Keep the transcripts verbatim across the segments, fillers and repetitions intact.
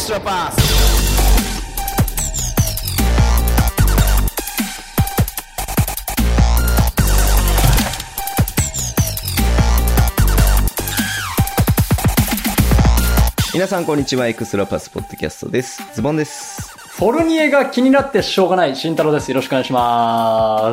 Extra Pass。皆さんこんにちは。エクストラパスポッドキャストです。ズボンです。 フォルニエが気になってしょうがない慎太郎です。よろしくお願いします。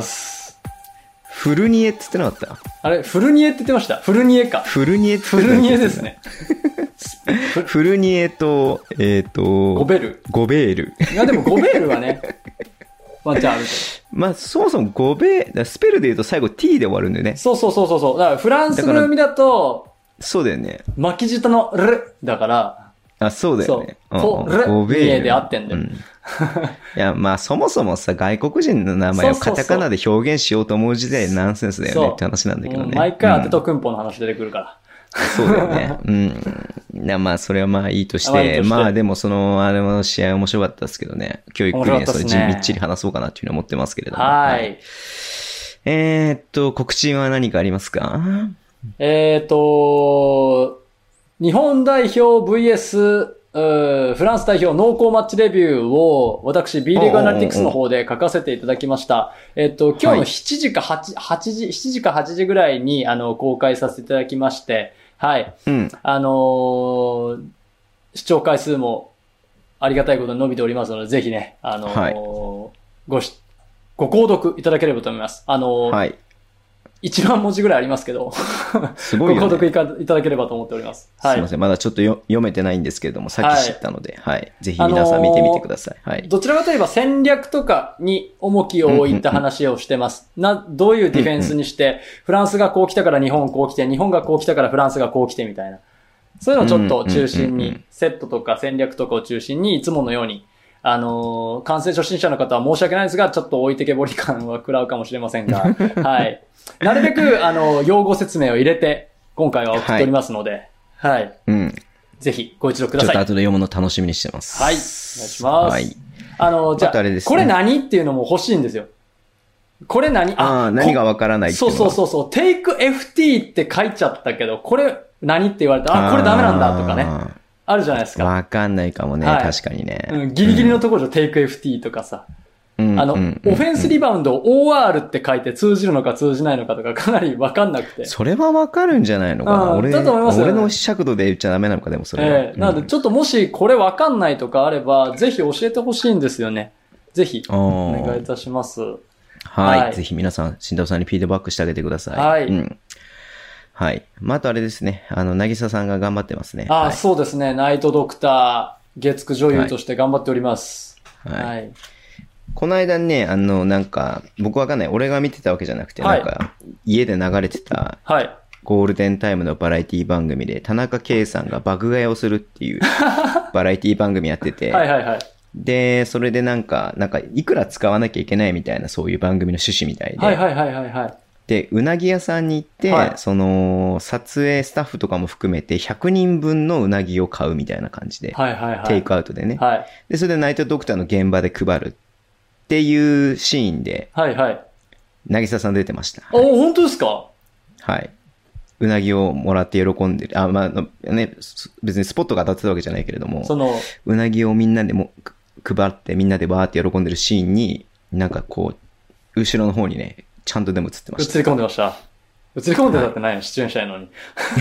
フルニエって言ってなかった？ あれフルニエって言ってました。フルニエか。 フルニエって言ってた。フルニエですね。 フルニエとえっ、ー、とゴベルゴベール。 いやでもゴベールはねワンチャンあるけど。 まあそもそもゴベースペルで言うと最後 T で終わるんだよね。 そうそうそうそう。だからフランスの読みだとそうだよね。 巻き舌のルだから。 あ、そうだよね。 そう。フルニエで合ってんだよ。うん、いや、まあそもそもさ、外国人の名前をカタカナで表現しようと思う時代でナンセンスだよねって話なんだけどね。 毎回当てとくんぽの話出てくるから。 うん、そうだよね。うん。まあそれはまあいいとして、まあでもその、あれも試合面白かったですけどね。教育にそれみっちり話そうかなっていうふうに思ってますけれども。 はい。はい、 えー、っと、告知は何かありますか？ えーっと、日本代表 ブイエス フランス代表濃厚マッチレビューを私 B リーグアナリティクスの方で書かせていただきました。えっと、今日のしちじかはち、はちじ、しちじかはちじぐらいにあの公開させていただきまして、はい。うん、あのー、視聴回数もありがたいことに伸びておりますので、ぜひね、あのーはい、ごし、ご購読いただければと思います。あのー、はい。いちまん文字ぐらいありますけど、すごいよね。ご購読いただければと思っております。はい。 すいません。まだちょっとよ読めてないんですけれども、さっき知ったので、はい、はい。ぜひ皆さん見てみてください。はい。 どちらかといえば戦略とかに重きを置いた話をしてます。うんうんうん、な、どういうディフェンスにして、うんうん、フランスがこう来たから日本こう来て、日本がこう来たからフランスがこう来てみたいな。そういうのをちょっと中心に、セットとか戦略とかを中心に、いつものように、あのー、観戦初心者の方は申し訳ないですが、ちょっと置いてけぼり感は食らうかもしれませんが、はい。なるべく、あの、用語説明を入れて、今回は送っておりますので、はい。はい、うん。ぜひ、ご一読ください。 ちょっと後で読むの楽しみにしてます。 はい。お願いします。はい。あの、じゃあ、あね、これ何っていうのも欲しいんですよ。これ何ああ、何がわからないっていうのそうそうそうそう。take エフティー って書いちゃったけど、これ何って言われたら、あ、これダメなんだとかね。あるじゃないですか。 わかんないかもね、はい、確かにね、 うん。ギリギリのところで take エフティー とかさ。うん、あの、うん、オフェンスリバウンドを オーアール って書いて通じるのか通じないのかとかかなりわかんなくて。 それはわかるんじゃないのかな、うん、俺、だと思いますよね、俺の尺度で言っちゃダメなのか、でもそれは。 えー、なのでちょっともしこれわかんないとかあれば、ぜひ教えてほしいんですよね。ぜひ、お願いいたします。 はい。はい、ぜひ皆さん、慎太郎さんにフィードバックしてあげてください。はい。うん。はい。まあ、あとあれですね。あの、なぎささんが頑張ってますね。 ああ、 はい、 そうですね。ナイトドクター、月9女優として頑張っております。はい。はい、 この間ね、あの、なんか、僕わかんない。俺が見てたわけじゃなくて、はい、なんか、家で流れてた、はい。ゴールデンタイムのバラエティ番組で、田中圭さんが爆買いをするっていう、バラエティ番組やってて、 はいはいはい。 で、それでなんか、なんか、いくら使わなきゃいけないみたいな、そういう番組の趣旨みたいで。 はいはいはいはいはい。 で、うなぎ屋さんに行って、はい、その、撮影スタッフとかも含めてひゃくにんぶんのうなぎを買うみたいな感じで、 はいはいはい、 テイクアウトでね、 はい。 で、それでナイトドクターの現場で配るっていうシーンで、 はいはい。 なぎささん出てました。 お、はい、本当ですか？ はい。うなぎをもらって喜んでる。あ、まあ、ね、別にスポットが当たってたわけじゃないけれども、 その、 うなぎをみんなでも配ってみんなでバーって喜んでるシーンに、なんかこう、後ろの方にね、ちゃんとでも映ってました。 映り込んでました。映り込んでたってないの、出演者やのに。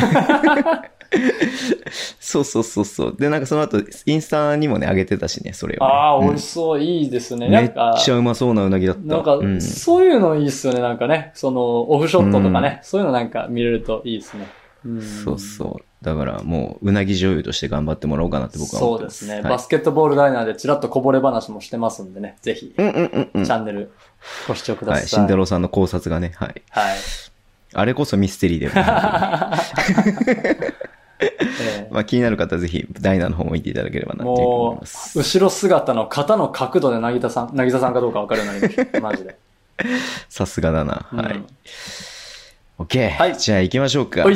そうそうそうそう。で、なんかその後、インスタにもね、上げてたしね、それを、ね。 ああ、美味しそう、いいですね。 めっちゃうまそうなうなぎだった。 なんか、うん、そういうのいいっすよね、なんかね。その、オフショットとかね、うん、そういうのなんか見れるといいですね。 うん、そうそう。だからもう、うなぎ女優として頑張ってもらおうかなって僕は思ってます。 そうですね、はい。バスケットボールダイナーでちらっとこぼれ話もしてますんでね、ぜひ、うんうんうんうん、チャンネルご視聴ください。はい、 慎太郎さんの考察がね、はい。はい。あれこそミステリーで、ね。えー、まあ気になる方はぜひダイナーの方も見ていただければなと思います。 もう後ろ姿の肩の角度でなぎたさん、なぎささんかどうか分かるようになりました。マジで。 さすがだな。はい。うん、OK。はい。じゃあ行きましょうか。はい。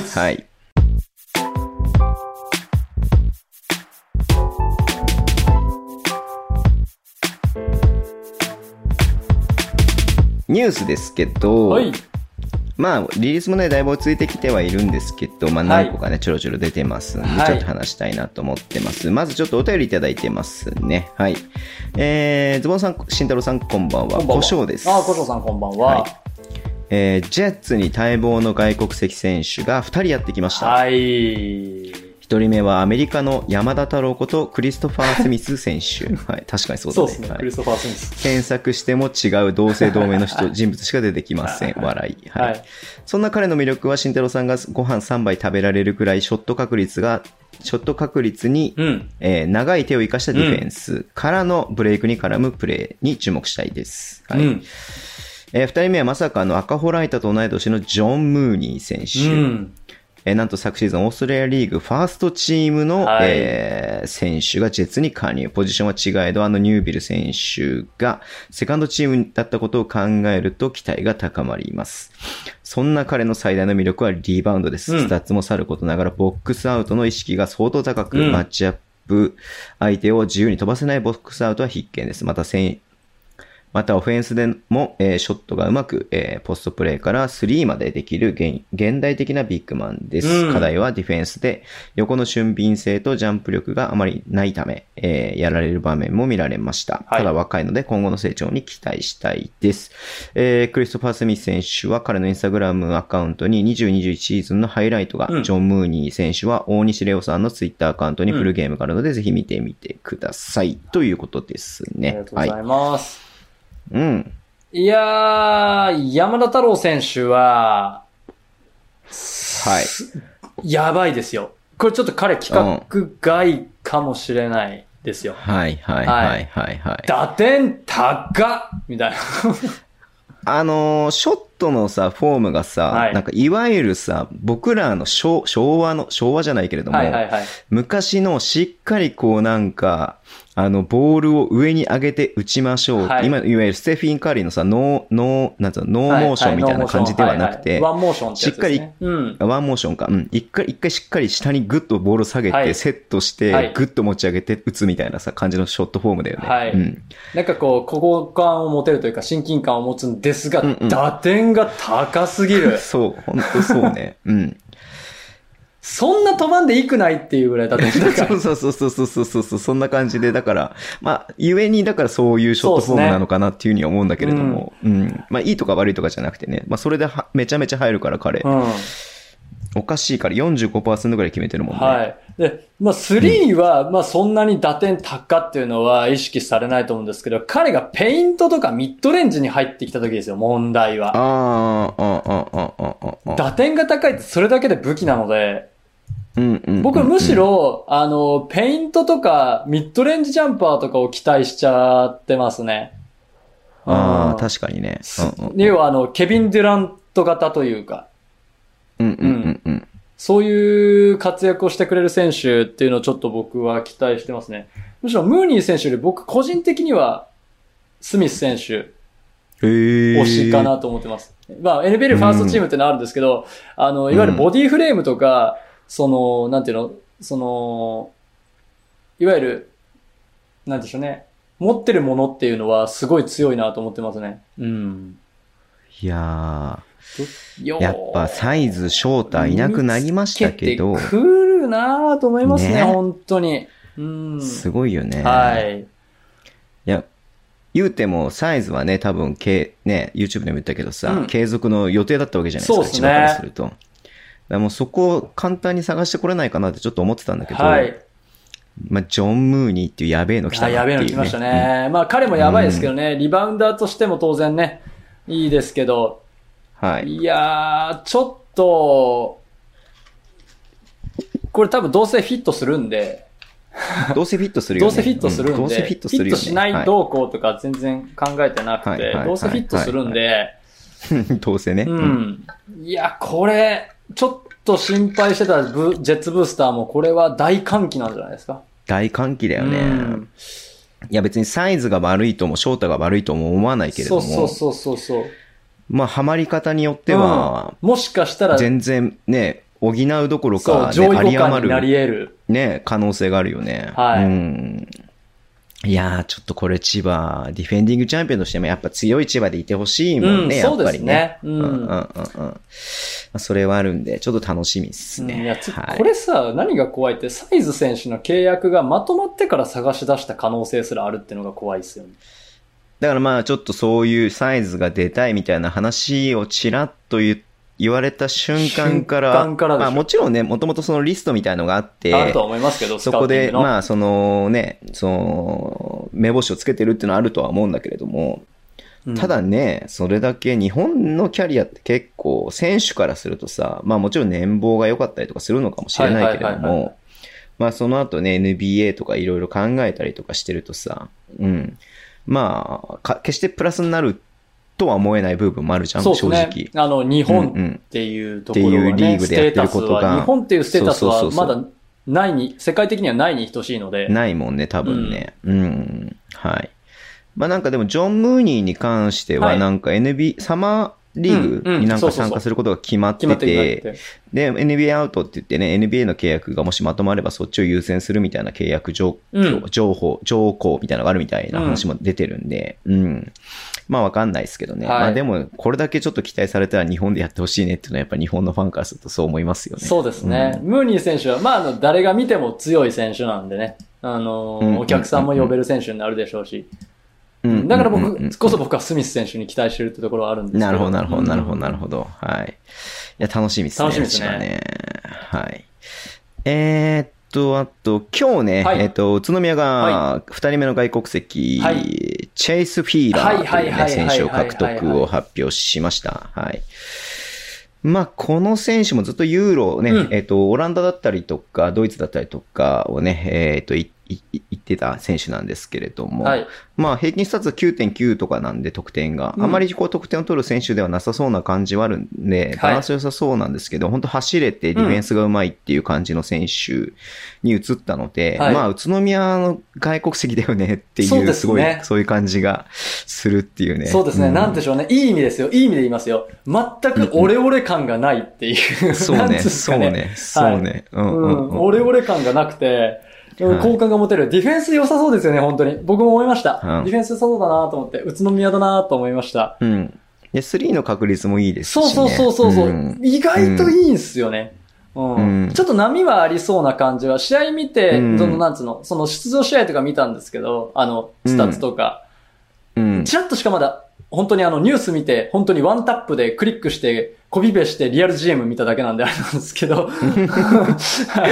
ニュースですけど、はい、 まあ、リリースもね、だいぶ落ち着いてきてはいるんですけど、まあ、何個かね、はい、ちょろちょろ出てますんで、はい、ちょっと話したいなと思ってます。まずちょっとお便りいただいてますね。はい。えー、ズボンさん、慎太郎さん、こんばんは。胡椒です。 あ、胡椒さん、こんばんは。はい、 えー、ジェッツに待望の外国籍選手がふたりやってきました。 はい。 ひとりめはアメリカの山田太郎ことクリストファー・スミス選手。はい、確かにそうだね。 そうですね、 はい、 クリストファー・スミス。 検索しても違う同姓同名の人、人物しか出てきません。笑い。はい。はい、そんな彼の魅力は、慎太郎さんがご飯さんばい食べられるくらいショット確率が、ショット確率に、うんえー、長い手を生かしたディフェンスからのブレイクに絡むプレーに注目したいです。はい。うんえー、ふたりめはまさかの赤ホライタと同い年のジョン・ムーニー選手。うんえー、なんと昨シーズンオーストラリアリーグファーストチームの、はいえー、選手がジェッツに加入。ポジションは違えど、あのニュービル選手がセカンドチームだったことを考えると期待が高まります。そんな彼の最大の魅力はリバウンドです。うん、スタッツもさることながらボックスアウトの意識が相当高く、うん、マッチアップ相手を自由に飛ばせないボックスアウトは必見です。また戦またオフェンスでも、えー、ショットがうまく、えー、ポストプレーからスリーまでできる現、現代的なビッグマンです、うん。課題はディフェンスで横の俊敏性とジャンプ力があまりないため、えー、やられる場面も見られました。はい、ただ若いので今後の成長に期待したいです。えー、クリストファー・スミス選手は彼のインスタグラムアカウントににじゅうにじゅういちシーズンのハイライトが、うん、ジョン・ムーニー選手は大西レオさんのツイッターアカウントにフルゲームがあるので、うん、ぜひ見てみてください。ということですね。 ありがとうございます。 はい、うん。 いやー、山田太郎選手は、 はい。 やばいですよ。これちょっと彼規格外かもしれないですよ。 はい、はい、はい、はい、はい。 打点高っみたいな。 あのー、ショットのさ、フォームがさ、はい、なんかいわゆるさ、僕らの昭和の、昭和じゃないけれども、はいはいはい、昔のしっかりこうなんか、あの、ボールを上に上げて打ちましょう。はい、今、いわゆるステフィン・カリーのさ、ノー、ノー、なんつうの、ノーモーションみたいな感じではなくて、 ワンモーションってやつですね。 しっかり、うん、ワンモーションか。うん。一回、一回しっかり下にグッとボールを下げて、はい、セットして、はい、グッと持ち上げて打つみたいなさ、感じのショットフォームだよね。 はい。うん、なんかこう、孤高感を持てるというか、親近感を持つんですが、うんうん、打点が高すぎる。 そう、ほんとそうね。うん。 そんな飛ばんでいくないっていうぐらいだったそうそうそうそうそうそうそう、そんな感じで、だから、まあ、ゆえに、だからそういうショットフォームなのかなっていうふうに思うんだけれども、う、ね、うん、うん。まあ、いいとか悪いとかじゃなくてね、まあ、それではめちゃめちゃ入るから彼、うん、おかしいから よんじゅうごパーセント ぐらい決めてるもんね。 はい。で、まあ、スリーは、まあ、そんなに打点高っていうのは意識されないと思うんですけど、彼がペイントとかミッドレンジに入ってきた時ですよ、問題は。 ああ、ああ、ああ、ああ、ああ。 打点が高いってそれだけで武器なので、 うんうんうんうん、 僕はむしろ、あの、ペイントとか、ミッドレンジジャンパーとかを期待しちゃってますね。 ああ、確かにね。 うんうん、要は、あの、ケビン・デュラント型というか、 うんうんうんうん、 そういう活躍をしてくれる選手っていうのをちょっと僕は期待してますね。むしろ、ムーニー選手より僕個人的には、スミス選手、推しかなと思ってます。まあ、エヌビーエル ファーストチームってのあるんですけど、うん、あの、いわゆるボディフレームとか、その、なんていうの、その、いわゆる、なんでしょうね。持ってるものっていうのはすごい強いなと思ってますね。うん。 いやー。やっぱサイズ、ショーターいなくなりましたけど。 くるなと思いますね、ね本当に。うん。 すごいよね。 はい。 いや、言うてもサイズはね、多分、ね、YouTube でも言ったけどさ、うん、継続の予定だったわけじゃないですか。 そうですね。 千葉からすると。だもうそこを簡単に探してこれないかなってちょっと思ってたんだけど、はい。まあ、ジョン・ムーニーっていうやべえの来たなっていう、ね。 やべえの来ましたね。うん、まあ、彼もやばいですけどね、うん、リバウンダーとしても当然ね、いいですけど、 はい。 いやー、ちょっと、これ多分どうせフィットするんで、 どうせフィットするよね。 どうせフィットするんで、うん、 どうせフィットするよね。 フィットしないどうこうとか全然考えてなくて、どうせフィットするんで、 どうせね。 うん。いや、これ、ちょっと心配してたブジェッツブースターもこれは大歓喜なんじゃないですか。 大歓喜だよね。うん、いや別にサイズが悪いともショータが悪いとも思わないけれども。 そうそうそうそう。 まあハマり方によっては、 うん、もしかしたら全然ね、補うどころか、ね、 上位互換になり得る。 ね、可能性があるよね。 はい。 うん。 いやー、ちょっとこれ千葉、ディフェンディングチャンピオンとしてもやっぱ強い千葉でいてほしいもんね、うん、やっぱりね。そうですね。うん。うんうんうんうん。まあ、それはあるんで、ちょっと楽しみですね。うん、いやはい、これさ、何が怖いって、サイズ選手の契約がまとまってから探し出した可能性すらあるっていうのが怖いですよね。 だからまあ、ちょっとそういうサイズが出たいみたいな話をちらっと言って、言われた瞬間から、瞬間からまあもちろんね、もともとそのリストみたいのがあって、 あるとは思いますけど、 そこで、まあそのね、その、目星をつけてるっていうのはあるとは思うんだけれども、うん、ただね、それだけ日本のキャリアって結構、選手からするとさ、まあもちろん年俸が良かったりとかするのかもしれないけれども、まあその後ね、エヌビーエー とかいろいろ考えたりとかしてるとさ、うん。まあ、決してプラスになるとは思えない部分もあるじゃん、そうですね、正直。 あの、日本っていうところがね、うんうん、っていうリーグでやってることが。日本っていうステータスはまだないに、世界的にはないに等しいので。 ないもんね、多分ね。うん。うん、はい。まあなんかでも、ジョン・ムーニーに関しては、なんか エヌビー、はい、サマーリーグになんか参加することが決まってて、で、エヌビーエー アウトって言ってね、エヌビーエー の契約がもしまとまればそっちを優先するみたいな契約情報、情報みたいなのがあるみたいな話も出てるんで、うん。うん、まあわかんないですけどね。はい、まあでも、これだけちょっと期待されたら日本でやってほしいねっていうのはやっぱ日本のファンからするとそう思いますよね。 そうですね。うん、ムーニー選手は、まああの、誰が見ても強い選手なんでね。あの、うん、お客さんも呼べる選手になるでしょうし。うん、だから僕こそ僕はスミス選手に期待してるってところはあるんですけど。 なるほど、なるほど、なるほど、なるほど。はい。いや、楽しみですね。 楽しみですね。 ねはい。えー、っと、あと、今日ね、はい、えー、っと、宇都宮が二人目の外国籍、はい、チェイス・フィーラーというね、選手を獲得を発表しました。はい。まあ、この選手もずっとユーロをね、うん、えー、っと、オランダだったりとか、ドイツだったりとかをね、えー、っと、言ってた選手なんですけれども、はい、まあ平均スタッツは きゅうてんきゅう とかなんで得点が、うん、あまりこう得点を取る選手ではなさそうな感じはあるんで、バランス良さそうなんですけど、はい、本当走れてディフェンスがうまいっていう感じの選手に移ったので、うん、まあ宇都宮の外国籍だよねっていう、そうですね、すごいそういう感じがするっていうね。 そうですね、うん、なんでしょうね、いい意味ですよ、いい意味で言いますよ。全くオレオレ感がないっていう、うん、 そうね、そうね、そうね、 うんうんうん、オレオレ感がなくて、好感が持てる。ディフェンス良さそうですよね、本当に。僕も思いました。うん、ディフェンス良さそうだなと思って、宇都宮だなと思いました。 うん。で、スリーの確率もいいですしね。 そうそうそうそう、うん。意外といいんすよね、うんうん。ちょっと波はありそうな感じは、試合見て、うん、その、なんつうの、その出場試合とか見たんですけど、あの、スタッツとか。うん。ちらっとしかまだ、本当にあの、ニュース見て、本当にワンタップでクリックして、コピペしてリアル ジーエム 見ただけなんであれなんですけど。はい。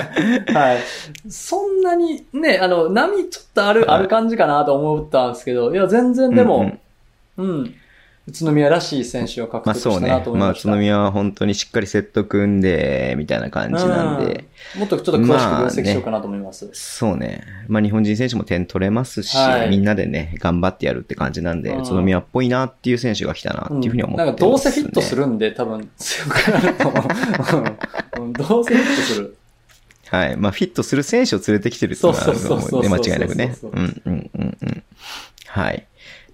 はい。そんなにね、あの、波ちょっとある、ある感じかなと思ったんですけど、いや、全然でも、うん、うん。宇都宮らしい選手を獲得したなと思いました。まあそうね。まあ宇都宮は本当にしっかりセット組んで、みたいな感じなんで。 もっとちょっと詳しく分析しようかなと思います。まあね、 そうね。まあ日本人選手も点取れますし、はい、みんなでね、頑張ってやるって感じなんで、うん、宇都宮っぽいなっていう選手が来たなっていうふうに思ってます、ね、うん。なんかどうせフィットするんで多分強くなると思う。うん、どうせフィットする。 はい。まあフィットする選手を連れてきてるっていうのはあると思うんで、間違いなくね。うんうんうんうん。はい。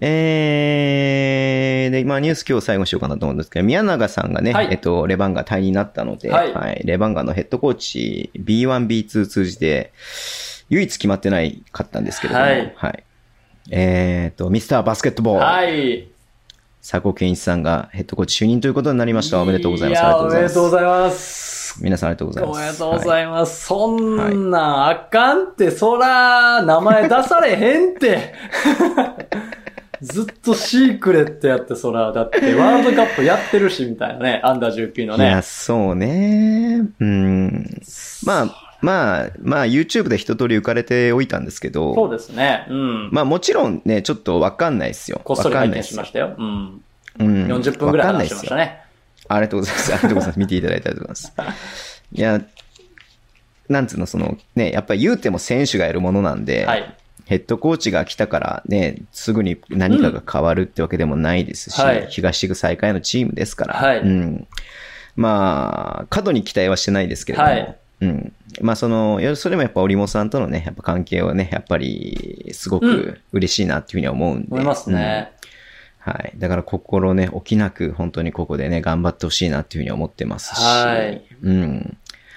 えー、で、まあニュース今日最後しようかなと思うんですけど、宮永さんがね、はい、えっと、レバンガ退任になったので、はい、はい、レバンガのヘッドコーチ ビーワン、ビーツー 通じて、唯一決まってないかったんですけれども、はい。はい、えー、っと、ミスターバスケットボール。はい。佐古健一さんがヘッドコーチ就任ということになりました。おめでとうございます。 いや、おめでとうございます。 皆さんありがとうございます。 おめでとうございます。はい、そんなんあかんって、そら、名前出されへんって。ずっとシークレットやって、そら、だってワールドカップやってるし、みたいなね、アンダーじゅうきゅうのね。 いや、そうね。うん。まあ、まあ、まあ、YouTube で一通り浮かれておいたんですけど。 そうですね。うん。 まあ、もちろんね、ちょっとわかんないですよ。 こっそり拝見しましたよ。うん。うん。よんじゅっぷんぐらい話してましたね。 ありがとうございます。ありがとうございます。見ていただいてありがとうございます。いや、なんつうの、その、ね、やっぱり言うても選手がやるものなんで、はい。ヘッドコーチが来たからね、すぐに何かが変わるってわけでもないですし、うん、はい、東地区最下位のチームですから、はい、うん、まあ、過度に期待はしてないですけれども、はい、うん、まあその、それもやっぱ織茂さんとのね、やっぱ関係をね、やっぱりすごく嬉しいなっていうふうに思うんで。 思いますね。 うん、はい。だから心ね、起きなく本当にここでね、頑張ってほしいなっていうふうに思ってますし、はい。うん。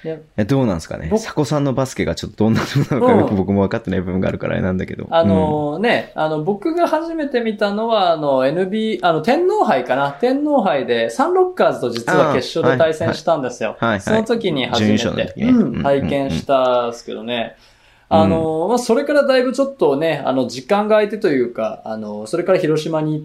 えどうなんですかね。佐古さんのバスケがちょっとどんなのなのかよく僕も分かってない部分があるからあれなんだけど。 あのー、ね、あの、僕が初めて見たのは、あの、エヌビー、あの、天皇杯かな。天皇杯でサンロッカーズと実は決勝で対戦したんですよ。はいはい、その時に初めて、ねうん、体験したんですけどね。あの、まあ、それからだいぶちょっとね、あの、時間が空いてというか、あの、それから広島に行って、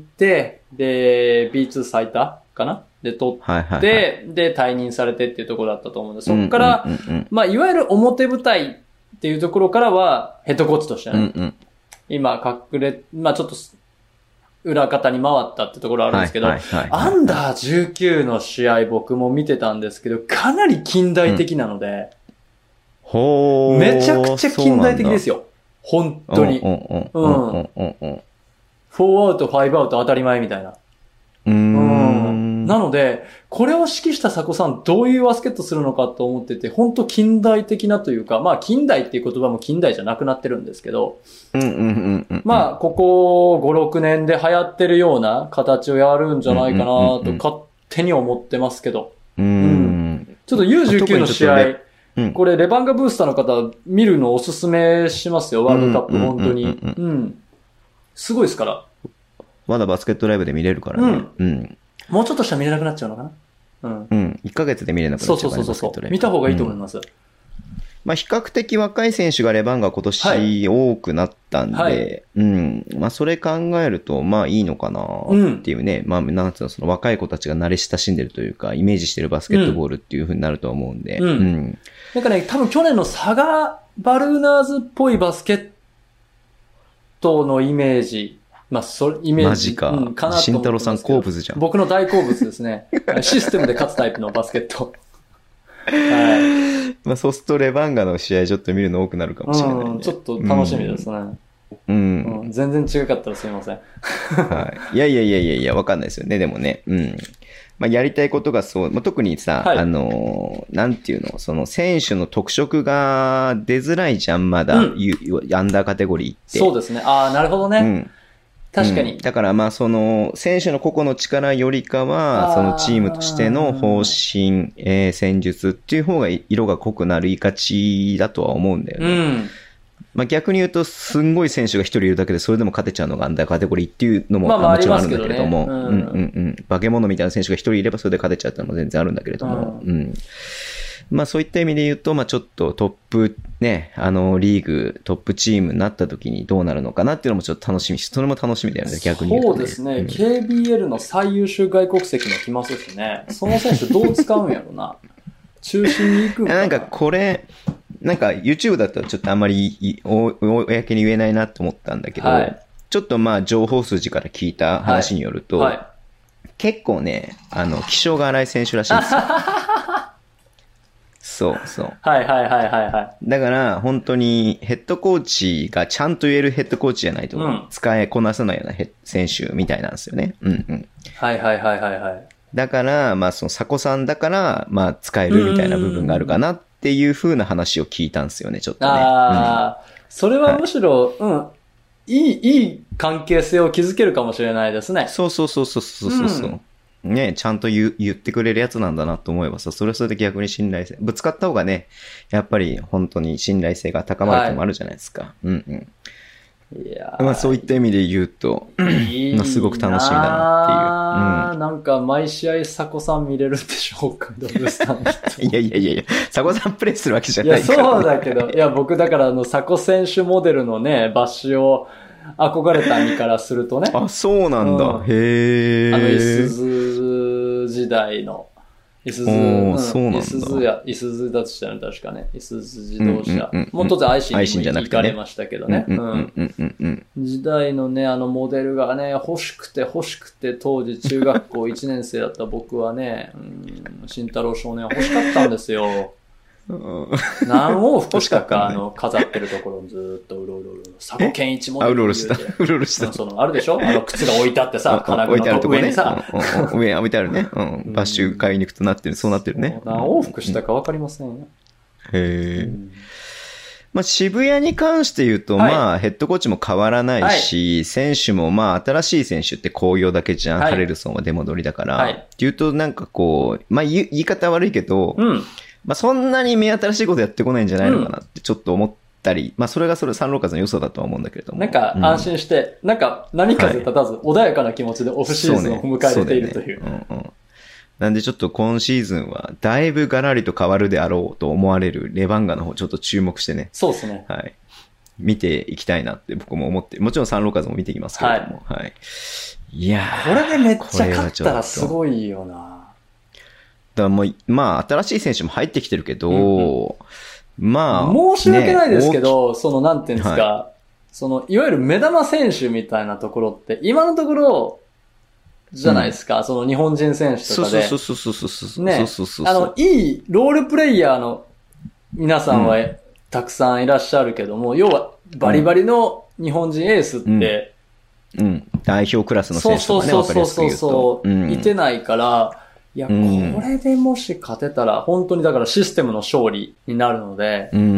で、ビーツー 最多かなで、取って、はいはいはい、で、退任されてっていうところだったと思うんで、そこから、うんうんうんうん、まあ、いわゆる表舞台っていうところからは、ヘッドコーチとしてね、うんうん、今、隠れ、まあ、ちょっと、裏方に回ったってところあるんですけど、はいはいはいはい、アンダーじゅうきゅうの試合僕も見てたんですけど、かなり近代的なので、うんほー。 めちゃくちゃ近代的ですよ。本当に。うん。フォーアウト、ファイブアウト当たり前みたいな。 うーん。 なので、これを指揮した佐古さん、どういうバスケットするのかと思ってて、本当近代的なというか、まあ近代っていう言葉も近代じゃなくなってるんですけど、 うんうんうんうん、 まあ、ここご、ろくねんで流行ってるような形をやるんじゃないかなと勝手に思ってますけど。 うんうんうん。 ちょっと ユーじゅうきゅう の試合、うん、これ、レバンガブースターの方、見るのおすすめしますよ、ワールドカップ、本当に。うん。すごいですから。 まだバスケットライブで見れるからね。うん。うん、 もうちょっとしたら見れなくなっちゃうのかなうん。 うん。いっかげつで見れなくなっちゃうから、ね、 そうそうそうそう。見た方がいいと思います。うん、 まあ、比較的若い選手がレバンガ今年多くなったんで、はい、うん。まあ、それ考えると、まあ、いいのかなっていうね。うん、まあ、なんつうの、その若い子たちが慣れ親しんでるというか、イメージしてるバスケットボールっていう風になると思うんで、うん。うんなんかね、多分去年のサガバルーナーズっぽいバスケットのイメージ。まあ、それ、イメージ。 マジか。うん、かなと慎太郎さん好物じゃん。 僕の大好物ですね。システムで勝つタイプのバスケット。はい。まあ、そうするとレバンガの試合ちょっと見るの多くなるかもしれない、ね、 うん。ちょっと楽しみですね。 うん。 うん、全然違かったらすいません。 はい。いやいやいやいやいや、わかんないですよね。でもね。うん。まあ、やりたいことがそう、まあ、特にさ、はい、あの、なんていうの、その選手の特色が出づらいじゃん、まだ、うん、アンダーカテゴリーって。 そうですね。ああ、なるほどね。うん。確かに。うん、 だからまあその、選手の個々の力よりかは、そのチームとしての方針、えー、戦術っていう方が色が濃くなりがちだとは思うんだよね。うんまあ、逆に言うと、すんごい選手が一人いるだけで、それでも勝てちゃうのがアンダーカテゴリーっていうのも、もちろんあるんだけれども、うんうんうん。化け物みたいな選手が一人いれば、それで勝てちゃうっていうのも全然あるんだけれども、うん。うん、まあ、そういった意味で言うと、まあ、ちょっとトップ、ね、あの、リーグ、トップチームになった時にどうなるのかなっていうのもちょっと楽しみし、それも楽しみだよね、逆に言うと、ね。 そうですね、うん。ケービーエル の最優秀外国籍も来ますしね、その選手どう使うんやろな。中心に行くんかな。 なんかこれ、なんか YouTube だとちょっとあんまり公に言えないなと思ったんだけど、はい、ちょっとまあ情報筋から聞いた話によると、はいはい、結構ね、あの、気性が荒い選手らしいんですよ。そうそう。 はいはいはいはいはい。 だから本当にヘッドコーチがちゃんと言えるヘッドコーチじゃないと使いこなせないような選手みたいなんですよね。うんうん。 はいはいはいはいはい。 だから、まあその佐古さんだから、まあ使えるみたいな部分があるかなっていう風な話を聞いたんですよね、ちょっとね。 ああ、うん、それはむしろ、はい、うん。いい、いい関係性を築けるかもしれないですね。 そうそうそうそうそうそう。うんね、ちゃんと言言ってくれるやつなんだなと思えばさ、それはそれで逆に信頼性、ぶつかった方がね、やっぱり本当に信頼性が高まるともあるじゃないですか。はい、うんうん。いやまあそういった意味で言うと、いいまあすごく楽しみだなっていう。 うん、なんか毎試合佐古さん見れるんでしょうか、ドブスタンいやいやいやいや、佐古さんプレイするわけじゃないから、 ね。いや、そうだけど、いや僕だからあの佐古選手モデルのね、バッシュを憧れた身からするとね。 あ、そうなんだ。うん、へー。 あの、いすず時代の、いすず、うん、 そうなんだ。 いすずや、いすずだとしたら確かね、いすず自動車。うんうんうんうん、もう当然愛心にも行かれましたけどね。時代のね、あのモデルがね、欲しくて欲しくて、当時中学校いちねん生だった僕はね、うん、慎太郎少年欲しかったんですよ。何往復したか、あの、飾ってるところをずーっとうろうろうろ。佐古健一モデル。 うろうろした。うろうろした。 その、あるでしょあの、靴が置いてあってさ、金具の上にさ。 上に置いてあるね。うん。バッシュ買いに行くとなってる。そうなってるね。 何往復したかわかりませんよ。 へー。まあ、渋谷に関して言うと、まあ、ヘッドコーチも変わらないし、選手もまあ、新しい選手って紅葉だけじゃん。ハレルソンは出戻りだから。っていうと、なんかこう、まあ、言い方悪いけど、 まあそんなに目新しいことやってこないんじゃないのかなってちょっと思ったり、うん、まあそれがそれサンローカーズの良さだとは思うんだけれども。 なんか安心して、うん、なんか波風立たず、穏やかな気持ちでオフシーズンを迎えているという。 うんうん、なんでちょっと今シーズンはだいぶガラリと変わるであろうと思われるレバンガの方ちょっと注目してね。 そうですね。 はい。見ていきたいなって僕も思って、もちろんサンローカーズも見ていきますけれども。はい。はい、いやー。これでめっちゃ勝ったらすごいよな。だからもう、まあ新しい選手も入ってきてるけど、うんうん、まあ。 申し訳ないですけど、ね、そのなんていうんですか、はい、その、いわゆる目玉選手みたいなところって、今のところ、じゃないですか、うん、その日本人選手とかで。 そうそうそうそうそうそう。 ね。あの、いいロールプレイヤーの皆さんは、うんたくさんいらっしゃるけども、要はバリバリの日本人エースって、 うん、うん、代表クラスの選手とかね、 そうそうそうそう、うん、いてないから、いや、うん、これでもし勝てたら、本当にだからシステムの勝利になるので、うん、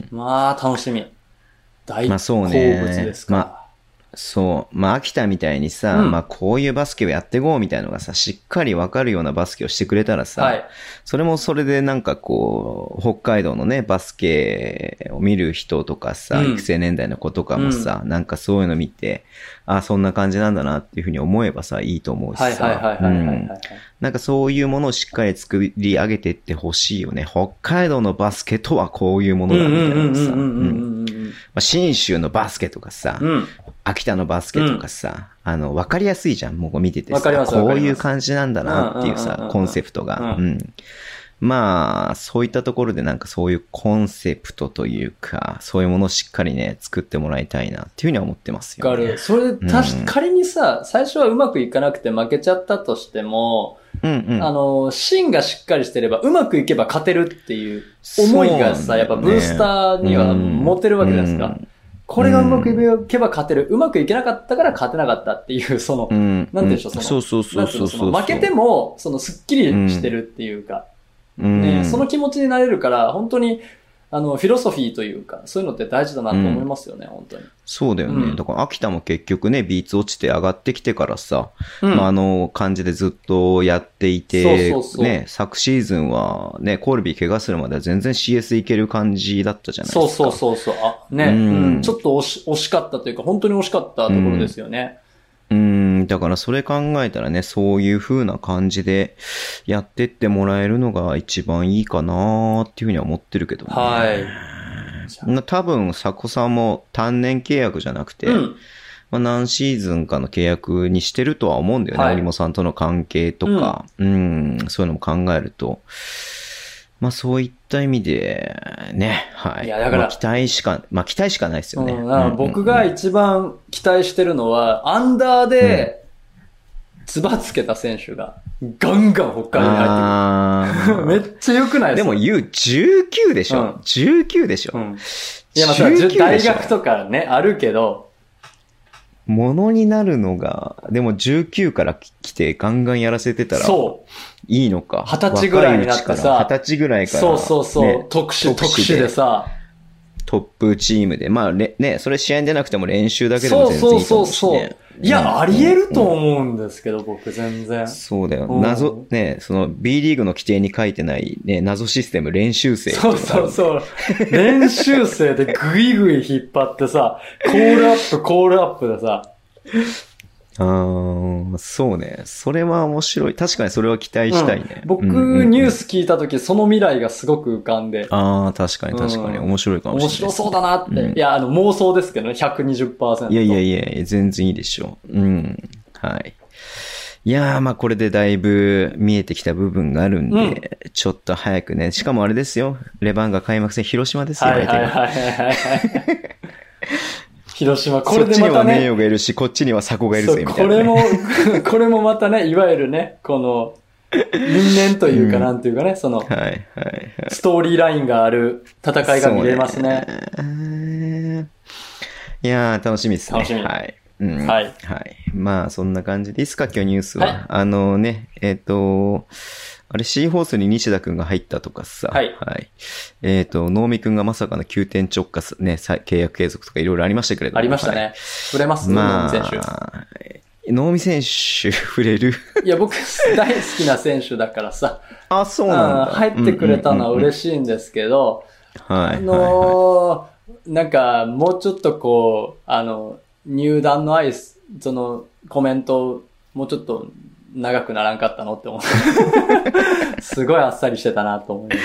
まあ楽しみ。大好物ですから。まあそうねまそう。まあ、秋田みたいにさ、うん、まあ、こういうバスケをやっていこうみたいなのがさ、しっかりわかるようなバスケをしてくれたらさ、はい、それもそれでなんかこう、北海道のね、バスケを見る人とかさ、うん、育成年代の子とかもさ、うん、なんかそういうの見て、あ、そんな感じなんだなっていうふうに思えばさ、いいと思うしさ、なんかそういうものをしっかり作り上げていってほしいよね。北海道のバスケとはこういうものだみたいなのさ、信州のバスケとかさ、うん秋田のバスケとかさ、うん、あの、わかりやすいじゃん。もう見ててさ、こういう感じなんだなっていうさ、コンセプトが。うん。まあ、そういったところでなんかそういうコンセプトというか、そういうものをしっかりね、作ってもらいたいなっていうふうには思ってますよ、ね。 わかる。それ、たし、うん、仮にさ、最初はうまくいかなくて負けちゃったとしても、うんうん、あの、芯がしっかりしてれば、うまくいけば勝てるっていう思いがさ、ね、やっぱブースターには持てるわけじゃないですか。うんうんこれがうまくいけば勝てる。うまくいけなかったから勝てなかったっていう、その、うん、なんていうんでしょう、その、 そうそうそうそうそう負けても、その、すっきりしてるっていうか、うんね、その気持ちになれるから、本当に、あの、フィロソフィーというか、そういうのって大事だなと思いますよね、うん、本当に。 そうだよね。うん、だから、秋田も結局ね、ビーツ落ちて上がってきてからさ、うん、まあ、あの感じでずっとやっていて、そうそうそうね、昨シーズンはね、コルビー怪我するまでは全然 シーエス いける感じだったじゃないですか。 そうそうそうそう。あ、ね、うんうん、ちょっと惜し、惜しかったというか、本当に惜しかったところですよね。 うん、うんだからそれ考えたらね、そういう風な感じでやってってもらえるのが一番いいかなっていうふうには思ってるけどね。はい。多分、佐古さんも単年契約じゃなくて、うん、まあ、何シーズンかの契約にしてるとは思うんだよね。織茂さんとの関係とか、うん、うん、そういうのも考えると。まあそういった意味で、ね、はい。いや、だから、まあ、期待しか、まあ期待しかないですよね。 うん、僕が一番期待してるのは、アンダーで、つばつけた選手が、ガンガン北海道に入ってくる。めっちゃ良くないですか？ でも言うじゅうきゅうでしょ、うん、じゅうきゅうでしょ、うん、 いや、また大学とかね、あるけど。 ものになるのが、でもじゅうきゅうから来てガンガンやらせてたら、そう。いいのか。 二十歳ぐらいになってさ。 二十歳ぐらいから。 そうそうそう。ね、特殊、特殊でさ。 トップチームで。まあ、ね、それ試合に出なくても練習だけでも全然いいと思うし、ね。そうそうそうそう。 いや、うん、あり得ると思うんですけど、うん、僕全然。 そうだよ。謎、ね、その B リーグの規定に書いてないね、謎システム練習生。 そうそうそう。練習生でグイグイ引っ張ってさ、コールアップ、コールアップでさ。 あー、そうね。それは面白い。確かにそれは期待したいね。 うん、僕、うんうんうん、ニュース聞いたとき、その未来がすごく浮かんで。 あー、確かに確かに。面白いかもしれない、 面白そうだなって。うん、いや、あの、妄想ですけどね、ひゃくにじゅっパーセント。 いやいやいやいや、全然いいでしょう。うん。はい。いやー、まあこれでだいぶ見えてきた部分があるんで、うん、ちょっと早くね。しかもあれですよ。レバンガ開幕戦広島ですよ、 はいはいはいはいはい。広島、これでまたね。 そっちには名誉がいるし、こっちには佐古がいるぜ、みたいな、ね。 これも、これもまたね、いわゆるね、この、因縁というか、なんていうかね、うん、その、はいはいはい、ストーリーラインがある戦いが見れますね。 ねいやー、楽しみですね。 楽しみ。 はい。うん、 はい。 はい。まあ、そんな感じでいいですか、今日ニュースは。はい、あのね、えっ、ー、と、あれ、シーホースに西田くんが入ったとかさ。 はい。 はい。えっ、ー、と、能見くんがまさかの急転直下ね、契約継続とかいろいろありましたけれども。 ありましたね。はい、売れますね、 まあ、 選手。 能見選手触れるいや、僕大好きな選手だからさ。 あ、そうなんだ。 入ってくれたのは嬉しいんですけど、 はい。 あのー、なんか、もうちょっとこう、あの、入団の挨拶、その、コメント、もうちょっと長くならんかったのって思って。すごいあっさりしてたなと思います。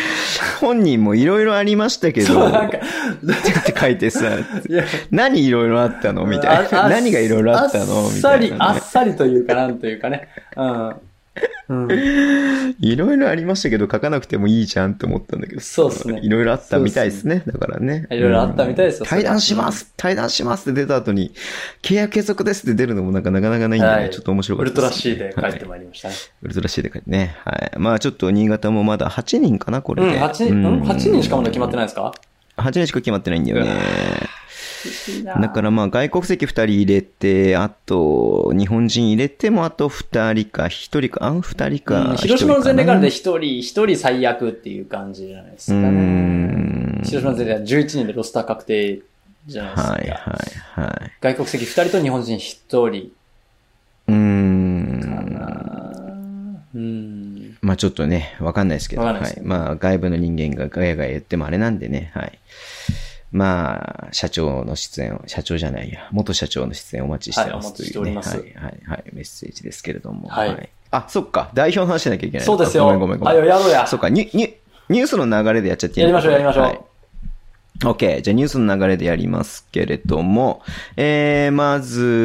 本人もいろいろありましたけど。そう、なんか。って書いてさ、何いろいろあったのみたいな。何がいろいろあったのみたいな、ね。 あっさり、あっさりというかなんというかね。うん。 いろいろありましたけど書かなくてもいいじゃんって思ったんだけど。 そうですね。 いろいろあったみたいですね。だからね。 いろいろあったみたいですよ。 対談します対談しますって出た後に、契約継続ですって出るのもなんかなかなかないんでね、はい、ちょっと面白かったです、ね。 ウルトラ C で帰ってまいりましたね。はい、 ウルトラ C で帰ってね。はい。まあちょっと新潟もまだはちにんかな、これで。 うん、はちにん、うん、はちにんしかまだ決まってないですか ? はち 人しか決まってないんだよね。だからまあ外国籍ふたり入れて、あと日本人入れてもあとふたりかひとりか、あんふたりか、うん。 広島の前例からでひとり、ひとり最悪っていう感じじゃないですかね。うん広島の前例はじゅういちにんでロスター確定じゃないですか。はいはいはい。外国籍ふたりと日本人ひとり。うーん。かなうん。まあちょっとね、わかんないですけど。わかんないですけど。はい。まあ外部の人間がガヤガヤ言ってもあれなんでね。はい。まあ、社長の出演を、社長じゃないや、元社長の出演をお待ちしてますというね、はい、はい、はい、メッセージですけれども。はい。はい、あ、そっか、代表の話しなきゃいけない。 そうですよ。 ごめんごめんごめん。 あ、やろうや。 そっか、ニュ、ニュ、ニュースの流れでやっちゃっていいのか。 やりましょう、やりましょう。はい。 OK。じゃあニュースの流れでやりますけれども、えー、ま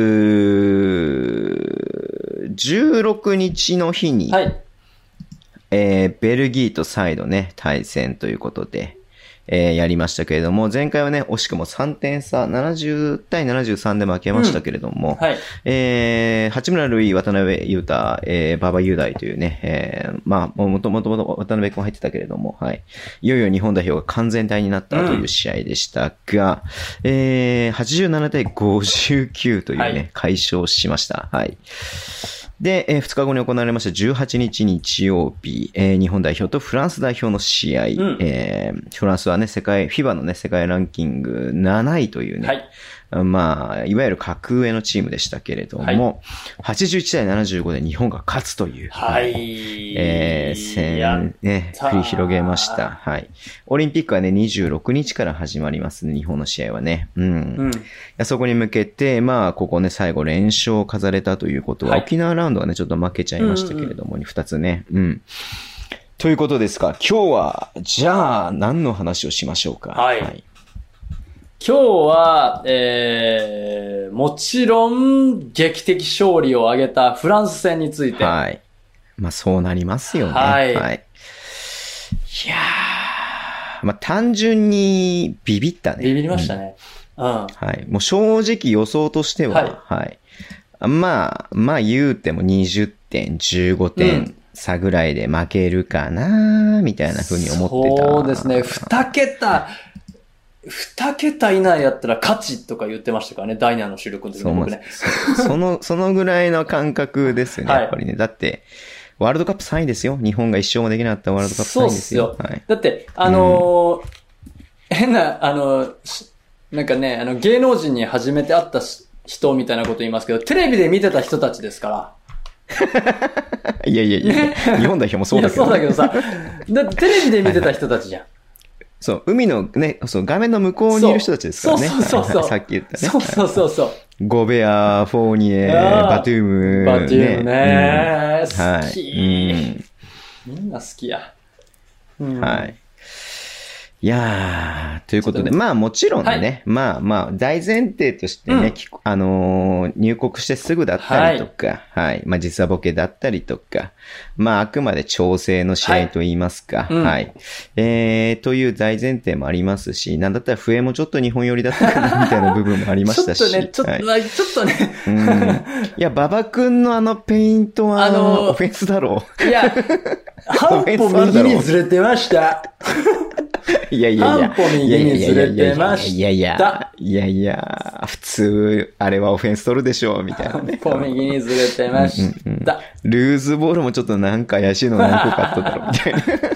ず、じゅうろくにちの日に、はい。えー、ベルギーと再度ね、対戦ということで、えー、やりましたけれども、前回はね、惜しくもさんてん差、ななじゅうたいななじゅうさんで負けましたけれども、うん、はい。えー、八村塁、渡辺裕太、えー、馬場雄大というね、えー、まあ、もともともと渡辺君入ってたけれども、はい。いよいよ日本代表が完全体になったという試合でしたが、うん、えー、はちじゅうななたいごじゅうきゅうというね、はい、快勝しました。はい。で、えー、ふつかごに行われましたじゅうはちにち日曜日、えー、日本代表とフランス代表の試合、うん、えー、フランスはね、世界、フィバのね、世界ランキングなないというね、はい、まあ、いわゆる格上のチームでしたけれども、はい、はちじゅういちたいななじゅうごで日本が勝つという、はい、えー、戦、ね、繰り広げました。はい。オリンピックはね、にじゅうろくにちから始まりますね、日本の試合はね。うん。うん、そこに向けて、まあ、ここね、最後連勝を飾れたということは、はい、沖縄ラウンドはね、ちょっと負けちゃいましたけれども、ふたつね。うん。ということですか、今日は、じゃあ、何の話をしましょうか。はい。はい、 今日は、えー、もちろん、劇的勝利を挙げたフランス戦について。 はい。まあ、そうなりますよね。はい。はい、いやー、まあ、単純にビビったね。 ビビりましたね。うん。 はい。もう正直予想としては、はい。はい、まあ、まあ言うてもにじゅってん、じゅうごてん差ぐらいで負けるかな、みたいな風に思ってた。 そうですね。二桁、二桁以内やったら勝ちとか言ってましたからね。ダイナーの収録の時に僕ね。 その、そのぐらいの感覚ですよね。やっぱりね。はい、だって、ワールドカップさんいですよ。日本が一勝もできなかったワールドカップさんいですよ。 そうですよ。はい、だって、あのーうん、変な、あのー、なんかね、あの、芸能人に初めて会った人みたいなこと言いますけど、テレビで見てた人たちですから。 いやいやいや、ね、日本代表もそうだけど。 いや、そうだけどさ、だってテレビで見てた人たちじゃん。はいはい、 そう、海のね、そう、画面の向こうにいる人たちですからね。 そうそうそうそう、 はい、さっき言ったね。 そうそうそうそう。 ゴベア、フォーニエ、バトゥーム。 バトゥームね、ね、うん、好き、はい、うん。みんな好きや。 うん、はい。いやー、ということで、まあもちろんね、はい、まあまあ大前提としてね、うん、あのー、入国してすぐだったりとか、はい、はい、まあ時差ボケだったりとか、まああくまで調整の試合と言いますか、はい、うん、はい、えー、という大前提もありますし、なんだったら笛もちょっと日本寄りだったかなみたいな部分もありましたし。 ちょっとね、ちょっと、はい、ちょっとね。 うん、いや、馬場くんのあのペイントは、あのー、オフェンスだろう。 いや、半歩右にずれてました。 いやいやいや。 半歩右にずれてました。 いやいや、いやいや、普通、あれはオフェンス取るでしょう、みたいなね。 半歩右にずれてました。うんうんうん、 ルーズボールもちょっとなんか怪しいの何個かあっただろう、みたいな。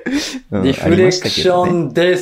うん、 リフレクションです。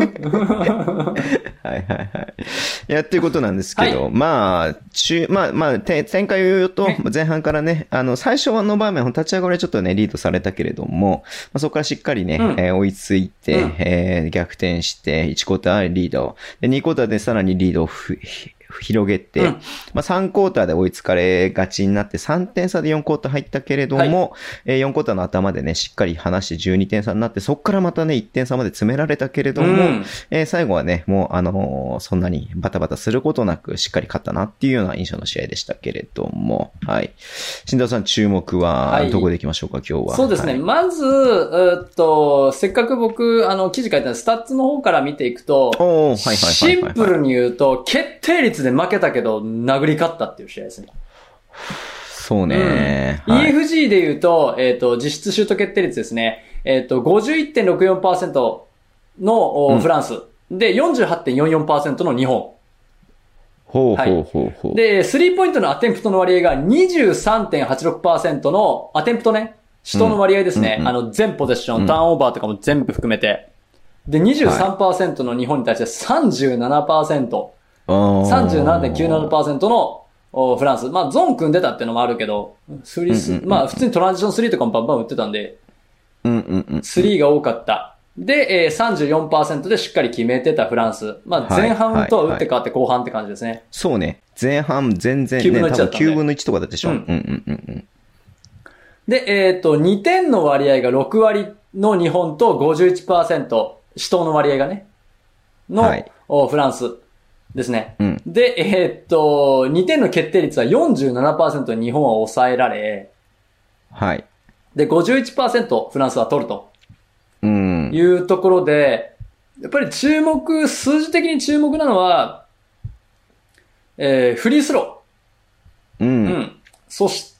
はいはいはい。いや、っていうことなんですけど、はい、まあ、中、まあまあ、展開を言うと、前半からね、あの、最初の場面、立ち上がりはちょっとね、リードされたけれども、まあ、そこからしっかりね、うん、えー、追いついて、うん、えー、逆転して、いちクォーターリード、でにクォーターでさらにリードをふ広げて、うん、まあさんクォーターで追いつかれがちになってさんてん差でよんクォーター入ったけれども、はい、えー、よんクォーターの頭でね、しっかり離してじゅうにてん差になって、そこからまたね、いってん差まで詰められたけれども、うん、えー、最後はね、もうあのー、そんなにバタバタすることなくしっかり勝ったなっていうような印象の試合でしたけれども、はい。新藤さん注目はどこでいきましょうか、はい、今日は。 そうですね。 はい、 まず、うっと、せっかく僕、あの、記事書いたスタッツの方から見ていくと、シンプルに言うと、決定率で負けたけど、殴り勝ったっていう試合ですね。 そうね。 うんはい、イーエフジー で言うと、えっ、ー、と、実質シュート決定率ですね。えっ、ー、と、ごじゅういってんろくよんパーセント のフランス、うん、で、よんじゅうはちてんよんよんパーセント の日本。 ほうほうほうほう。はい、 で、スリーポイントのアテンプトの割合が にじゅうさんてんはちろくパーセント のアテンプトね。主導の割合ですね。うんうんうん、あの、全ポゼッション、うん、ターンオーバーとかも全部含めて。で、にじゅうさんパーセント の日本に対してさんじゅうななパーセント。さんじゅうななてんきゅうななパーセント のフランス。まあ、ゾーン組んでたっていうのもあるけど、スリース、うんうんうん、まあ、普通にトランジションスリーとかもバンバン打ってたんで、 うんうんうん、 スリーが多かった。で、えー、さんじゅうよんパーセント でしっかり決めてたフランス。まあ、前半とは打って変わって後半って感じですね。はいはいはい、 そうね。前半全然ね、きゅうぶんのいちだったんで。きゅうぶんのいちとかだったでしょ。うん、うんうんうんうん。 で、えっ、ー、と、にてんの割合がろく割の日本と ごじゅういちパーセント、主導の割合がね、の、はい、フランスですね。うん、で、えっ、ー、と、にてんの決定率は よんじゅうななパーセント 日本は抑えられ、 はい。 で、ごじゅういちパーセント フランスは取ると。 うん。 いうところで、やっぱり注目、数字的に注目なのは、えー、フリースロー。うん。うん。 そして、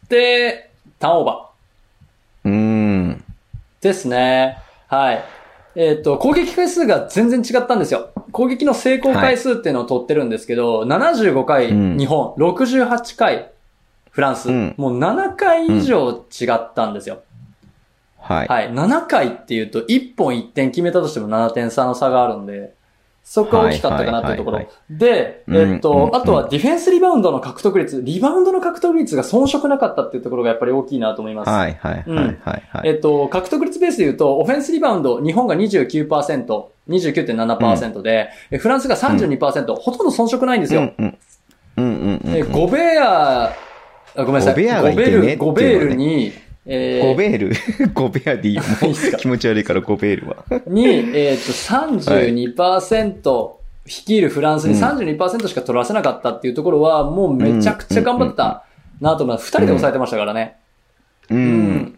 ターンオーバー。うん。 ですね。はい。えっ、ー、と、攻撃回数が全然違ったんですよ。攻撃の成功回数っていうのを取ってるんですけど、はい、ななじゅうごかい日本、うん、ろくじゅうはちかいフランス、うん、もうななかい以上違ったんですよ。 うん、はい。 はい。ななかいっていうと、いっぽんいってん決めたとしてもななてん差の差があるんで、そこが大きかったかなっていうところ。はいはいはいはい、で、えー、っと、うんうんうん、あとはディフェンスリバウンドの獲得率、リバウンドの獲得率が遜色なかったっていうところがやっぱり大きいなと思います。 はいはいはいはい、はいうんえー、っと、獲得率ベースで言うと、オフェンスリバウンド、日本が にじゅうきゅうパーセント、にじゅうきゅうてんななパーセント で、うん、フランスが さんじゅうにパーセント、うん、ほとんど遜色ないんですよ。 うんうんうんうんうんうん、 ゴベア、ごめんなさい。 ゴベアがいてね、 ゴベル、ゴベールに、 えー、ゴベールゴベアでいいよ。もう気持ち悪いからゴベールは。 に、えー、っと、さんじゅうにパーセント、率いるフランスに さんじゅうにパーセント しか取らせなかったっていうところは、もうめちゃくちゃ頑張ったなと思います。ふたりで抑えてましたからね。 うん。うん、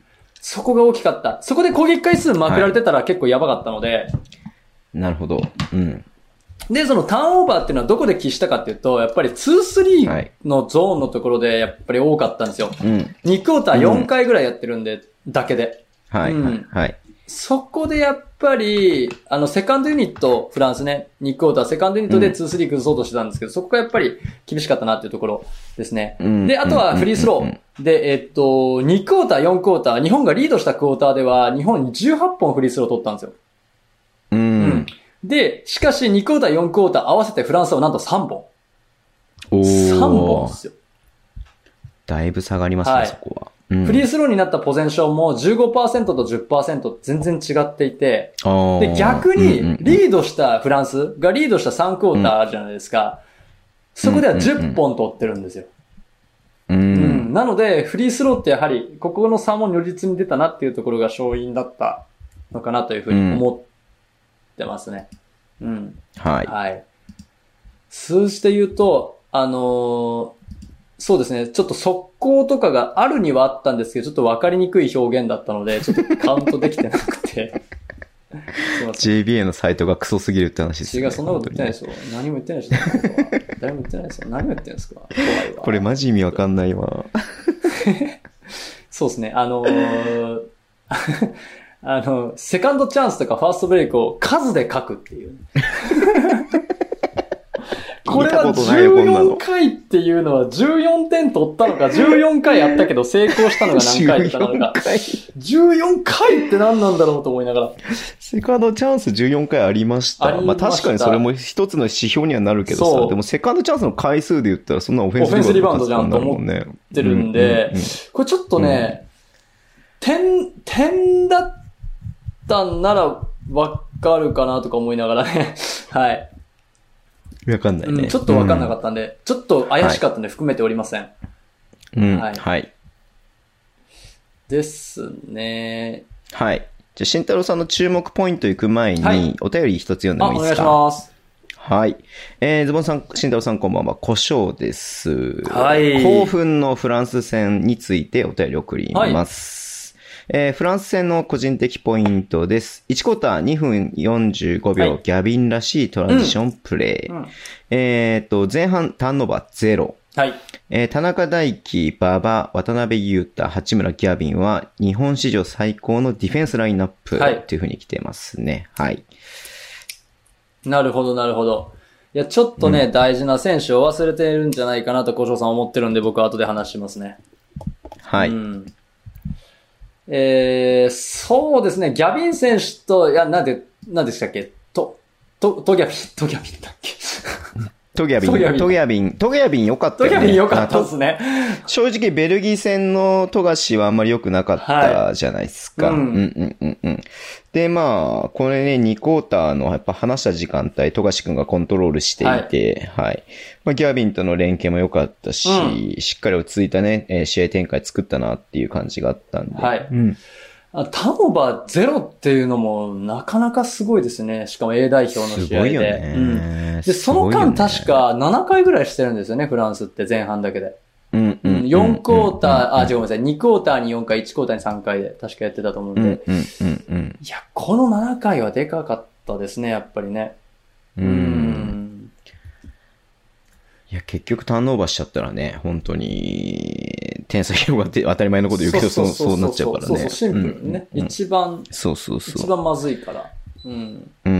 そこが大きかった。そこで攻撃回数まくられてたら結構やばかったので。はい、 なるほど。うん。 で、そのターンオーバーっていうのはどこで喫したかっていうと、やっぱりに、さんのゾーンのところでやっぱり多かったんですよ。 うん、 にクォーターよんかいぐらいやってるんで、うん、だけで。 はい、 うん、 はい、はい。 そこでやっぱり、あの、セカンドユニット、フランスね、にクォーター、セカンドユニットでに、さん崩そうとしてたんですけど、うん、そこがやっぱり厳しかったなっていうところですね。 うん、 で、あとはフリースロー。うん、で、えっと、にクォーター、よんクォーター、日本がリードしたクォーターでは、日本にじゅうはっぽんフリースロー取ったんですよ。 うん。うん、 で、しかしにクォーター、よんクォーター合わせてフランスはなんとさんぼん。 おー。 さんぼんですよ。 だいぶ下がりますね、はい、そこは。うん、 フリースローになったポゼンションも じゅうごパーセント と じゅっパーセント 全然違っていて、で、逆にリードしたフランスがリードしたさんクォーターあるじゃないですか。そこではじゅっぽん取ってるんですよ。 うんうんうん、なので、フリースローってやはり、ここの差も如実に出たなっていうところが勝因だったのかなというふうに思ってますね。うん。 はい。 はい。数字で言うと、あのー、そうですね。ちょっと速攻とかがあるにはあったんですけど、ちょっと分かりにくい表現だったので、ちょっとカウントできてなくて。 ジェイビーエー のサイトがクソすぎるって話ですね。 違う、そんなこと言ってないでしょ。何も言ってないでしょ。誰も言ってないですよ。何も言ってないですか。怖いわ。 これマジ意味わかんないわ。 そうですね。あのー、あの、セカンドチャンスとかファーストブレイクを数で書くっていう。 これはじゅうよんかいっていうのはじゅうよんてん取ったのか、じゅうよんかいやったけど成功したのが何回ってなのか。じゅうよんかいって何なんだろうと思いながら。 セカンドチャンスじゅうよんかいありました。ありました。まあ確かにそれも一つの指標にはなるけどさ、でもセカンドチャンスの回数で言ったらそんなオフェンスリバウンドじゃんと思ってるんで、これちょっとね、点、点だったんならわかるかなとか思いながらね。はい。 わかんないね、 うん。ちょっとわかんなかったんで、うん、ちょっと怪しかったんで含めておりません。 うん。はい。はい。 ですね。 はい。じゃあ、慎太郎さんの注目ポイント行く前に、はい、お便り一つ読んでもいいですか？ あ、お願いします。 はい。えー、ズボンさん、慎太郎さんこんばんは。胡椒です。 はい。 興奮のフランス戦についてお便りを送ります。はいえー、フランス戦の個人的ポイントです。いちクォーターにふんよんじゅうごびょう、はい、ギャビンらしいトランジションプレイ。うん、えっと、前半ターンオーバーゼロ。 はい。 えー、田中大輝、馬場、渡辺裕太、八村ギャビンは日本史上最高のディフェンスラインナップというふうに来てますね。はい。 なるほど、なるほど。いや、ちょっとね、うん、大事な選手を忘れてるんじゃないかなと、小翔さん思ってるんで、僕は後で話しますね。 はい。 うんえー、そうですね、ギャビン選手と、いや、なんで、なんでしたっけと、と、トギャビン、トギャビンだっけトギャビン、トギャビン、トギャビン良かったよね。 トギャビン良かったですね。 正直、ベルギー戦の富樫はあんまり良くなかったじゃないですか。はい、うん、うんうんうんうん。で、まあ、これね、にクォーターのやっぱ話した時間帯、富樫くんがコントロールしていて、はい。はい、まあ、ギャビンとの連携も良かったし、うん、しっかり落ち着いたね、えー、試合展開作ったなっていう感じがあったんで。 はい。うんターンオーバーゼロっていうのもなかなかすごいですね。しかも A 代表の試合で。 すごいよね。 うん、で、その間確かななかいぐらいしてるんですよね、フランスって前半だけで。 うんうん、 よんクォーター、あ、違うごめんなさい、にクォーターによんかい、いちクォーターにさんかいで確かやってたと思うんで。 うんうんうんうん、 いや、このななかいはでかかったですね、やっぱりね。 うん。うんいや、結局ターンオーバーしちゃったらね、本当に、点差広がって当たり前のこと言うけど、そうそうなっちゃうからね。 そうそう、シンプルにね。うん、一番、 そうそうそう。 一番まずいから。うん。 うん。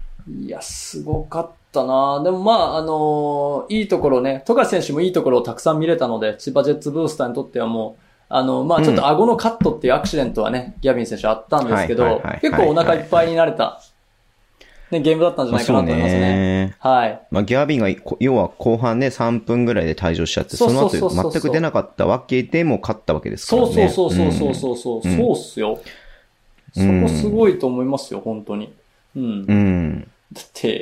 いや、すごかったなでもまあ、あのー、いいところね、富樫選手もいいところをたくさん見れたので、千葉ジェッツブースターにとってはもう、あの、まあちょっと顎のカットっていうアクシデントはね、ギャビン選手あったんですけど、結構お腹いっぱいになれた。ね、ゲームだったんじゃないかなと思いますね。ねはい。 まあ、ギャビンが、要は後半ね、さんぷんぐらいで退場しちゃって、その後全く出なかったわけでも勝ったわけですからね。 そうそうそうそうそうそう、うん、そうっすよ。そこすごいと思いますよ、本当に。うん。 うん、 だって、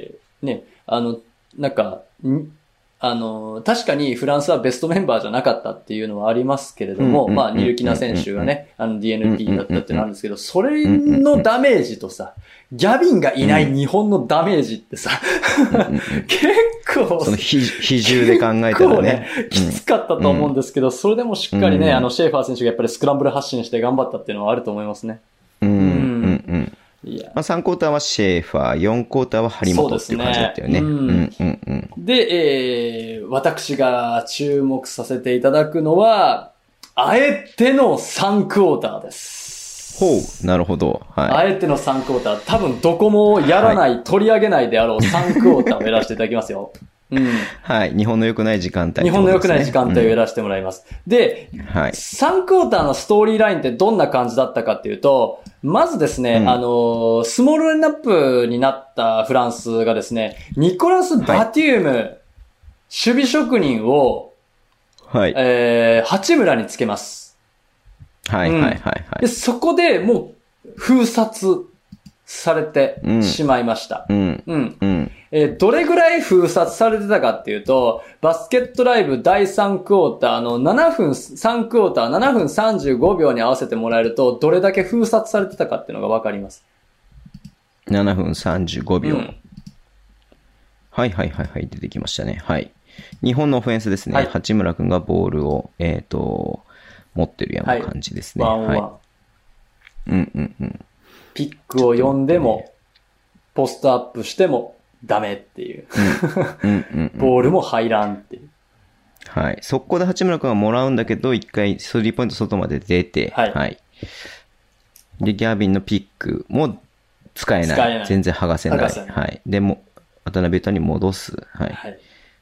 ね、あの、なんか、んあの、確かにフランスはベストメンバーじゃなかったっていうのはありますけれども、まあ、ニルキナ選手がね、あの ディーエヌピー だったってのあるんですけど、それのダメージとさ、ギャビンがいない日本のダメージってさ、結構、 その比比重で考えたらね。 ねきつかったと思うんですけど、それでもしっかりね、あの、シェーファー選手がやっぱりスクランブル発進して頑張ったっていうのはあると思いますね。 うん。うんうんいやまあ、さんクォーターはシェーファー、よんクォーターは張本っていう感じだったよね。 そうですね。うんうんうん、で、えー、私が注目させていただくのは、あえてのさんクォーターです。 ほう、なるほど。はい。 あえてのさんクォーター、多分どこもやらない、はい、取り上げないであろうさんクォーターをやらせていただきますよ。うん、 はい。日本の良くない時間帯、ね。 日本の良くない時間帯をやらせてもらいます。うん、で、 はい、 さんクォーターのストーリーラインってどんな感じだったかっていうと、まずですね、うん、あの、スモールラインナップになったフランスがですね、ニコラス・バティウム、はい、守備職人を、 はい。 えー、八村につけます。 はい、はい、はい、はい。 で、そこでもう、封殺されてしまいました。 うん。 うん。 うん。 えー、どれぐらい封殺されてたかっていうと、バスケットライブだいさんクォーターのななふん、さんクォーターななふんさんじゅうごびょうに合わせてもらえると、どれだけ封殺されてたかっていうのがわかります。 ななふんさんじゅうごびょう。うん、はいはいはいはい、出てきましたね。はい。日本のオフェンスですね。はい、八村くんがボールを、えっと、持ってるような感じですね。 はい。ワンワン。 はい、うんうんうん。 ピックを読んでも、ポストアップしてもダメっていう。 うんうんうんうん、 ボールも入らんっていう。 はい。速攻で八村くんがもらうんだけど、一回スリーポイント外まで出て、 はい。 はい、で、ギャビンのピックも使えない。使えない。全然剥がせない。はい。でも、渡辺裕太に戻す。はい。はい、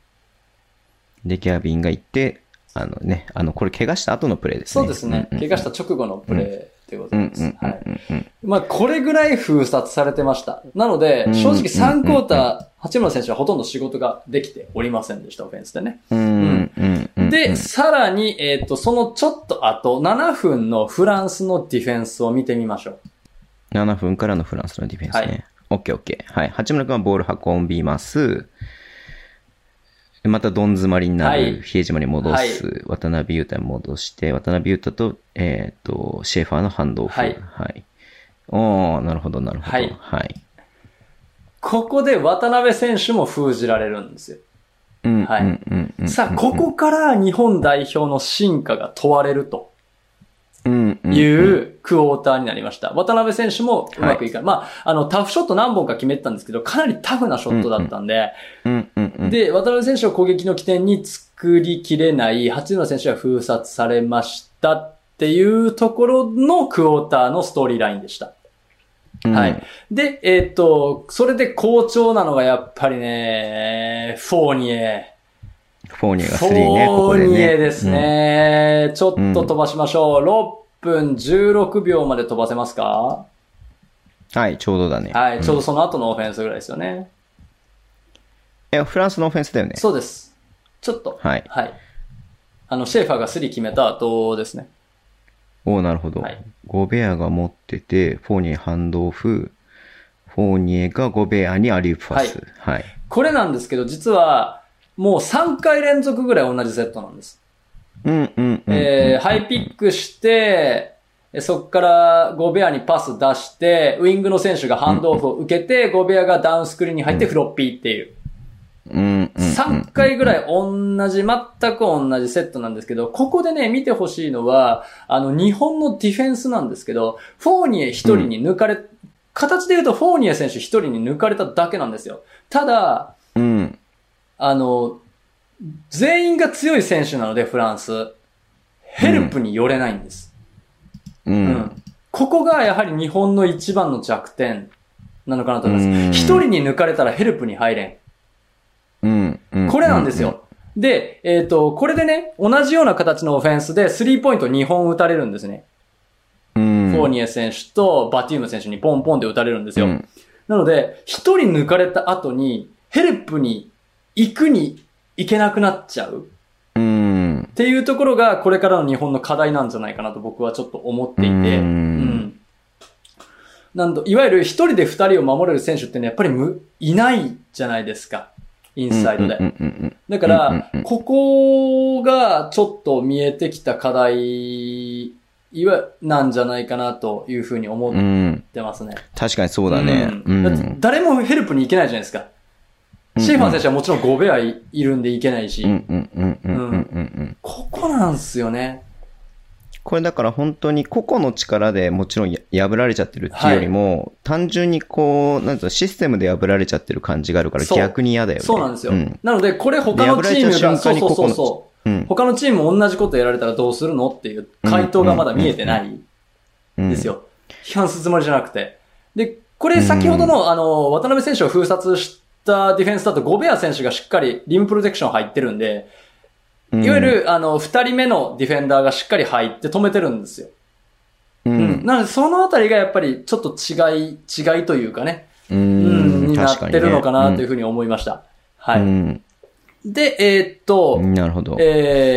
で、ギャビンが行って、あのね、あの、これ怪我した後のプレーですね。そうですね。うんうん、怪我した直後のプレーってことです。はい。まあ、これぐらい封殺されてました。なので、正直さんクォーター、八村選手はほとんど仕事ができておりませんでした、オフェンスでね。うんうん、で、さらに、えっと、そのちょっと後、ななふんのフランスのディフェンスを見てみましょう。 ななふんからのフランスのディフェンスね。はい、オッケーオッケー。はい。八村君はボール運びます。またどん詰まりになる、はい、比江島に戻す、はい、渡辺裕太に戻して、渡辺裕太と、えっ、ー、と、シェーファーのハンドオフ。はい。はい、おー、なるほど、なるほど。はい。はい、 ここで渡辺選手も封じられるんですよ。うん。はい。うんうんうん、さあ、ここから日本代表の進化が問われると。いうクォーターになりました。渡辺選手もうまくいかない。はい、まあ、あの、タフショット何本か決めてたんですけど、かなりタフなショットだったんで、で、渡辺選手を攻撃の起点に作りきれない、八村選手は封殺されましたっていうところのクォーターのストーリーラインでした。うん、はい。で、えー、っと、それで好調なのがやっぱりね、フォーニエ。 フォーニエがスリーね、ここでね。 フォーニエですね、うん。ちょっと飛ばしましょう。ろっぷんじゅうろくびょうまで飛ばせますか？ はい、ちょうどだね。 はい、ちょうどその後のオフェンスぐらいですよね。 え、フランスのオフェンスだよね。 そうです。ちょっと。はい。はい。あの、シェーファーがスリー決めた後ですね。 おー、なるほど。はい、ゴベアが持ってて、フォーニエハンドオフ、フォーニエがゴベアにアリウープパス。はい。はい。 これなんですけど、実は、もうさんかい連続ぐらい同じセットなんです。 うんうんうん。 えー、ハイピックして、そっからゴベアにパス出して、ウィングの選手がハンドオフを受けて、ゴベアがダウンスクリーンに入ってフロッピーっていう。 うんうん、 さんかいぐらい同じ、全く同じセットなんですけど、ここでね、見てほしいのは、あの、日本のディフェンスなんですけど、フォーニエ一人に抜かれ、うん、形で言うとフォーニエ選手一人に抜かれただけなんですよ。ただ、 うん、あの、全員が強い選手なので、フランス。ヘルプに寄れないんです。 うん。うん、 ここがやはり日本の一番の弱点なのかなと思います。一人に抜かれたらヘルプに入れん。 うんうん、 これなんですよ。うん、で、えっと、これでね、同じような形のオフェンスでスリーポイントにほん打たれるんですね。 うん、 フォーニエ選手とバティウム選手にポンポンで打たれるんですよ。うん、なので、一人抜かれた後にヘルプに行くに行けなくなっちゃう。 うん、 っていうところがこれからの日本の課題なんじゃないかなと僕はちょっと思っていて。うん。うん、なんと、いわゆる一人で二人を守れる選手ってね、やっぱりむ、いないじゃないですか。インサイドで。だから、ここがちょっと見えてきた課題いわなんじゃないかなというふうに思ってますね。うん、 確かにそうだね。うん、 だって誰もヘルプに行けないじゃないですか。シェーファー選手はもちろんゴベアいるんでいけないし。ここなんすよね。 これだから本当に個々の力でもちろん破られちゃってるっていうよりも、はい、単純にこう、なんつうの、システムで破られちゃってる感じがあるから逆に嫌だよね。 そうなんですよ。うん、なのでこれ他のチームが、そうそうそうそう、うん、他のチームも同じことやられたらどうするのっていう回答がまだ見えてないんですよ。批判するつもりじゃなくて。で、これ先ほどのあの、渡辺選手を封殺したディフェンスだとゴベア選手がしっかりリムプロテクション入ってるんで、いわゆる、あの、二人目のディフェンダーがしっかり入って止めてるんですよ。うん。うん、なので、そのあたりがやっぱりちょっと違い、違いというかね。 うん。うん、 になってるのかなというふうに思いました。ね、はい。うん、で、えー、っと、 なるほど。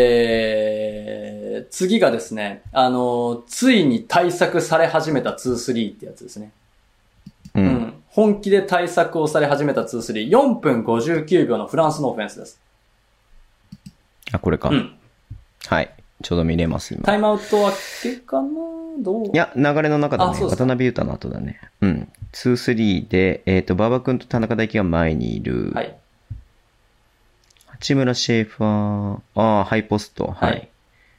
えー、次がですね、あの、ついに対策され始めた ツースリー ってやつですね。うん。うん、本気で対策をされ始めた ツースリー。よんぷんごじゅうきゅうびょうのフランスのオフェンスです。 あ、これか。 うん。 はい。ちょうど見れます、今。 タイムアウト明けかなどういや、流れの中だね。渡辺裕太の後だね。うん。ツースリーで、えっ、ー、と、馬場君と田中大輝が前にいる。 はい。 八村シェーファー、ああ、ハイポスト。はい。はい、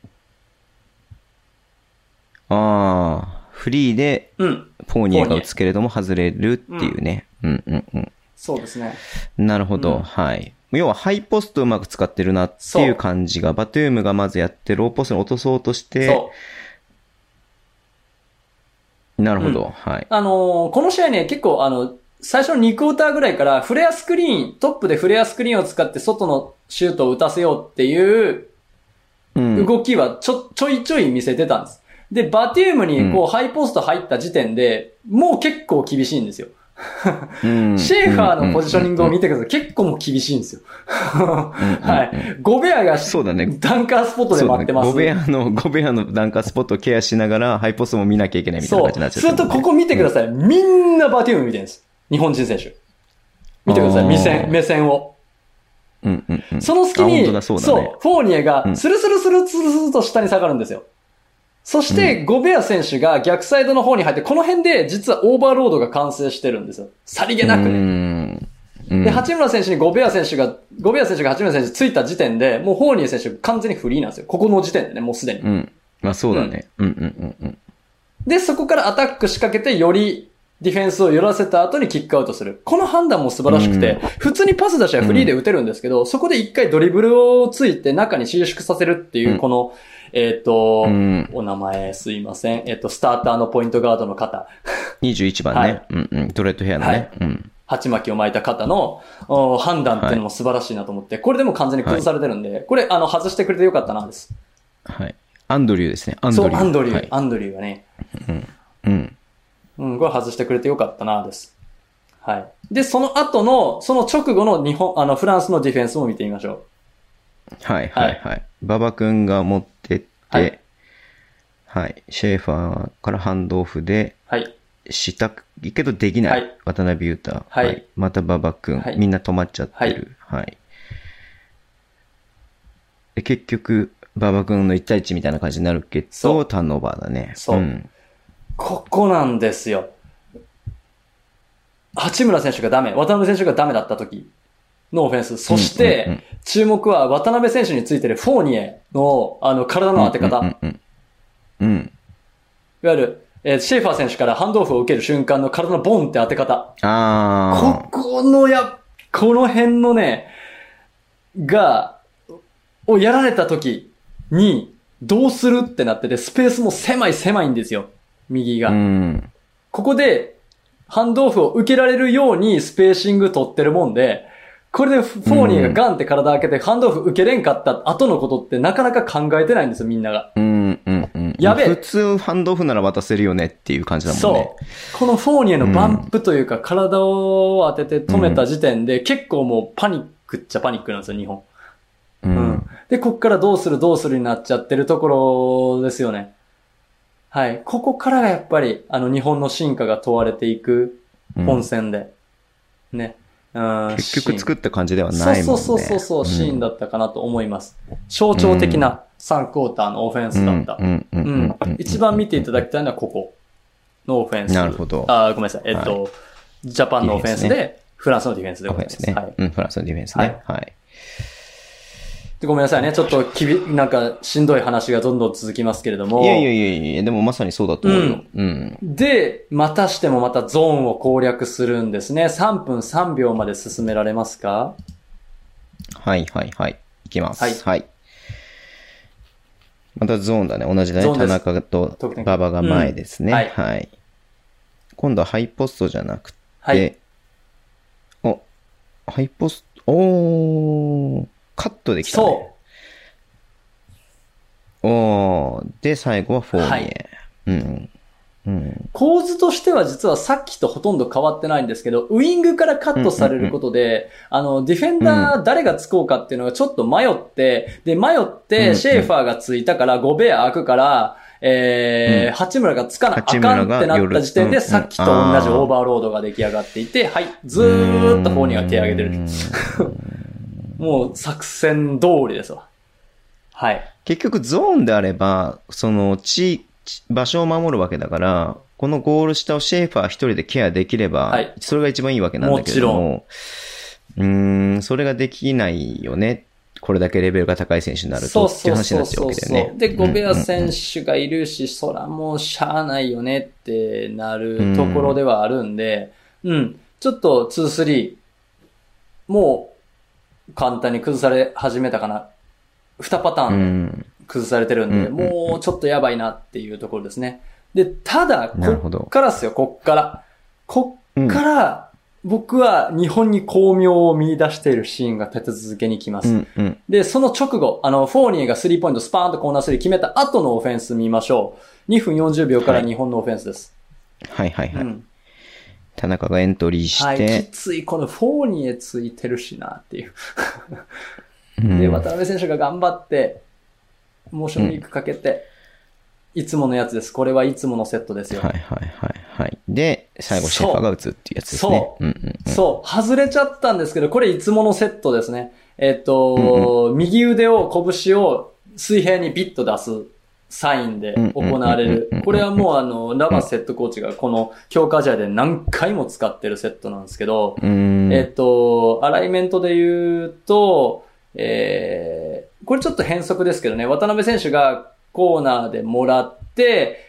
ああ、フリーで、うん。フォーニエが打つけれども外れるっていうね。うん、うん、うんうん。 そうですね。 なるほど、うん、はい。要はハイポストうまく使ってるなっていう感じが、バトゥームがまずやって、ローポストに落とそうとして、そうなるほど、うん、はい。 あのー、この試合ね、結構あの、 最初のにクォーターぐらいからフレアスクリーン、トップでフレアスクリーンを使って外のシュートを打たせようっていう動きはちょ、ちょいちょい見せてたんです。で、バティウムにこうハイポスト入った時点で、もう結構厳しいんですよ。シェーファーのポジショニングを見てください。結構もう厳しいんですよ。はい。ゴベアがそうだね。 ダンカースポットで待ってます。 ゴベアの、ゴベアのダンカースポットをケアしながら、ハイポストも見なきゃいけないみたいな感じになっちゃってる、ね。 そう。するとここ見てください。うん、みんなバティウム見てるんです。日本人選手。見てください。目線、目線を。 うんうんうん、 その隙に、 そう、 ね、そう、フォーニエがスルスルスルスルスルと下に下がるんですよ。そして、ゴベア選手が逆サイドの方に入って、この辺で実はオーバーロードが完成してるんですよ。さりげなくね。うんうん、で、八村選手にゴベア選手が、ゴベア選手が八村選手ついた時点で、もうフォーニエ選手完全にフリーなんですよ。ここの時点でね、もうすでに。 うん。まあそうだね。うん、うん、うんうん。 で、そこからアタック仕掛けて、より、ディフェンスを寄らせた後にキックアウトする。この判断も素晴らしくて、うん、普通にパス出しはフリーで打てるんですけど、うん、そこで一回ドリブルをついて中に収縮させるっていう、この、うん、えっ、ー、と、うん、お名前すいません。えっ、ー、と、スターターのポイントガードの方。 にじゅういちばんね。はい、うんうん。ドレッドヘアのね。はいうん、 鉢巻きを巻いた方の判断っていうのも素晴らしいなと思って、はい、これでも完全に崩されてるんで、はい、これ、あの、外してくれてよかったな、です。 はい。アンドリューですね。アンドリュー。 そう、アンドリュー。 はい、 アンドリューがね。 うん。うん。 うん、これ外してくれてよかったな、です。はい。で、その後の、その直後の日本、あの、フランスのディフェンスも見てみましょう。はい、はい、はい。馬場くんが持ってって、はい、はい。シェーファーからハンドオフで、はい。したいけどできない。はい、渡辺裕太。はい。はい、また馬場くん、はい。みんな止まっちゃってる。はい。はい、で結局、馬場くんのいち対いちみたいな感じになるけど、ターンオーバーだね。 そう。うんここなんですよ。八村選手がダメ、渡辺選手がダメだった時のオフェンス。そして、うんうんうん、注目は渡辺選手についてるフォーニエの、あの、体の当て方。うんうんうんうん、いわゆる、えー、シェーファー選手からハンドオフを受ける瞬間の体のボンって当て方。あここのや、この辺のね、が、をやられた時に、どうするってなってて、スペースも狭い狭いんですよ。右が、うん。ここで、ハンドオフを受けられるようにスペーシング取ってるもんで、これでフォーニーがガンって体開けてハンドオフ受けれんかった後のことってなかなか考えてないんですよ、みんなが。うんうんうん。やべえ。 普通ハンドオフなら渡せるよねっていう感じだもんね。 そう。このフォーニーのバンプというか、体を当てて止めた時点で、結構もうパニックっちゃパニックなんですよ、日本。うん。うん、で、こっからどうするどうするになっちゃってるところですよね。はい。ここからがやっぱり、あの、日本の進化が問われていく本戦で。うん、ね。うん。 結局作った感じではないもんね。 そうそうそうそう、シーンだったかなと思います。象徴的なさんクォーターのオフェンスだった。うん。うん。一番見ていただきたいのはここのオフェンス。 なるほど。 あ、ごめんなさい。えっと、はい、ジャパンのオフェンスで、フランスのディフェンスでございます。 ね、はい。うん、フランスのディフェンスね。はい。はいごめんなさいね。ちょっときび、なんか、しんどい話がどんどん続きますけれども。 いやいやいやいや、でもまさにそうだと思うよ。うん。うん、 で、またしてもまたゾーンを攻略するんですね。さんぷんさんびょうまで進められますか？ はいはいはい。いきます。はい。はい、またゾーンだね。同じだね。田中と馬場が前ですね、うんはい。はい。今度はハイポストじゃなくて、はい、お、ハイポスト、おー。カットできたね。そう。おー。で、最後はフォーニエ。はい、うんうん。 構図としては実はさっきとほとんど変わってないんですけど、ウイングからカットされることで、うんうんうん、あの、ディフェンダー誰がつこうかっていうのがちょっと迷って、で、迷って、シェーファーがついたから、ゴベア開くから、えー、うん、八村がつかなあかんってなった時点で、さっきと同じオーバーロードが出来上がっていて、はい、ずーっとフォーニエが手を挙げてる。もう作戦通りですわ。はい。 結局ゾーンであれば、その地、場所を守るわけだから、このゴール下をシェーファー一人でケアできれば、はい、それが一番いいわけなんだけれども、もうーん、それができないよね。これだけレベルが高い選手になるとっていう話になっちゃうわけだよね。 で、ゴベア選手がいるし、そらもうしゃあないよねってなるところではあるんで、うん、うん、ちょっとに、さん、もう、簡単に崩され始めたかな。にパターン崩されてるんで、うん、もうちょっとやばいなっていうところですね。で、ただ、こっからっすよ、こっから。こっから、 僕は日本に巧妙を見出しているシーンが立て続けに来ます。 うんうん、 で、その直後、あの、フォーニーがスリーポイントスパーンとコーナースリー決めた後のオフェンス見ましょう。にふんよんじゅうびょうから日本のオフェンスです。 はい、はいはいはい、 うん。 田中がエントリーして。 はい、きつい、このフォーニーへついてるしなっていう。で、渡辺選手が頑張って、モーションウィークかけて、いつものやつです。これはいつものセットですよ。 はいはいはいはい。で、最後シェファーが打つっていうやつですね。 そう。うんうんうん、そう。外れちゃったんですけど、これいつものセットですね。えっと、うんうん、右腕を、拳を水平にビッと出すサインで行われる。これはもうあの、ラバスヘッドコーチがこの強化試合で何回も使ってるセットなんですけど、えっと、アライメントで言うと、えー、これちょっと変則ですけどね、渡辺選手がコーナーでもらって、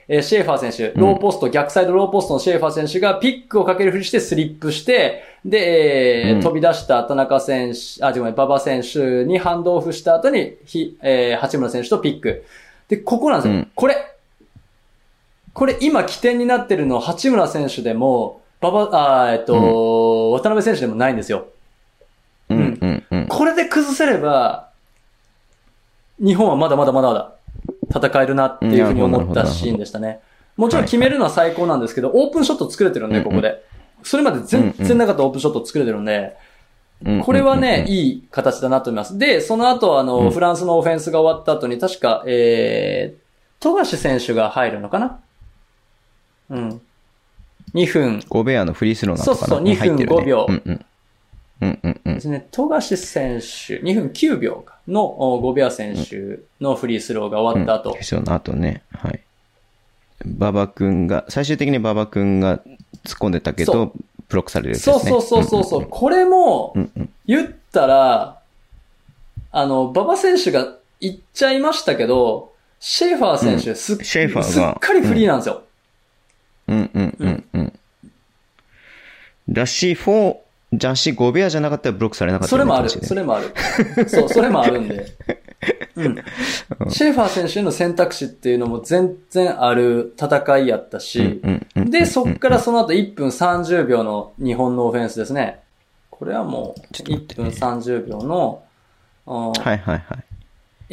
えー、シェーファー選手、ローポスト、うん、逆サイドローポストのシェーファー選手がピックをかけるふりしてスリップして、で、えーうん、飛び出した田中選手、あ、違う、馬場選手にハンドオフした後に、ひえー、八村選手とピック。で、ここなんですよ。うん、これ。これ今起点になってるの八村選手でも、馬場、あえっと、うん、渡辺選手でもないんですよ。 うん。うんうん、 これで崩せれば、日本はまだまだまだまだ。戦えるなっていうふうに思ったシーンでしたね。もちろん決めるのは最高なんですけど、はいはい、オープンショット作れてるんで、ここで。それまで全然なかったオープンショット作れてるんで、これはね、いい形だなと思います。で、その後、あの、フランスのオフェンスが終わった後に、確か、えー、富樫選手が入るのかな？うん。にふん。 ゴベアのフリースローなのかな？ そうそう、にふんごびょう。 うんうん。うんうんうん。 ですね。富樫選手、にふんきゅうびょうかのゴベア選手のフリースローが終わった後。 うん、決勝の後ね。はい。馬場くんが、最終的に馬場くんが突っ込んでたけど、ブロックされるやつですね。 そうそうそうそう。うんうんうん、これも、言ったら、あの、馬場選手が言っちゃいましたけど、シェーファー選手、うん、す, シェーファーがすっかりフリーなんですよ。 うんうんうんうん。だし、フォー、だし、ゴベアじゃなかったらブロックされなかった、ね、 それもある。それもある。そう、それもあるんで。うん。シェーファー選手の選択肢っていうのも全然ある戦いやったし、で、そっからその後いっぷんさんじゅうびょうの日本のオフェンスですね。これはもういっぷんさんじゅうびょうの、 はいはいはい。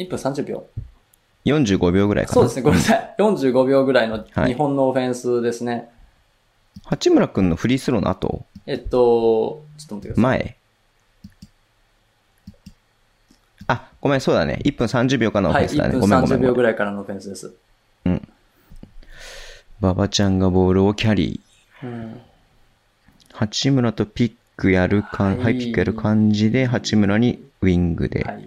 いっぷんさんじゅうびょう。 よんじゅうごびょうぐらいかな。 そうですね、ごめんなさい。よんじゅうごびょうぐらいの日本のオフェンスですね。はい、 八村くんのフリースローの後えっと、ちょっと待ってください。 前あ、ごめん、そうだね。いっぷんさんじゅうびょうからのオフェンスだね。 はい、いっぷんさんじゅうびょうぐらいからのオフェンスです。 うん。馬場ちゃんがボールをキャリー。うん、 八村とピックやるか、はい、ハイピックやる感じで、八村にウィングで。はい、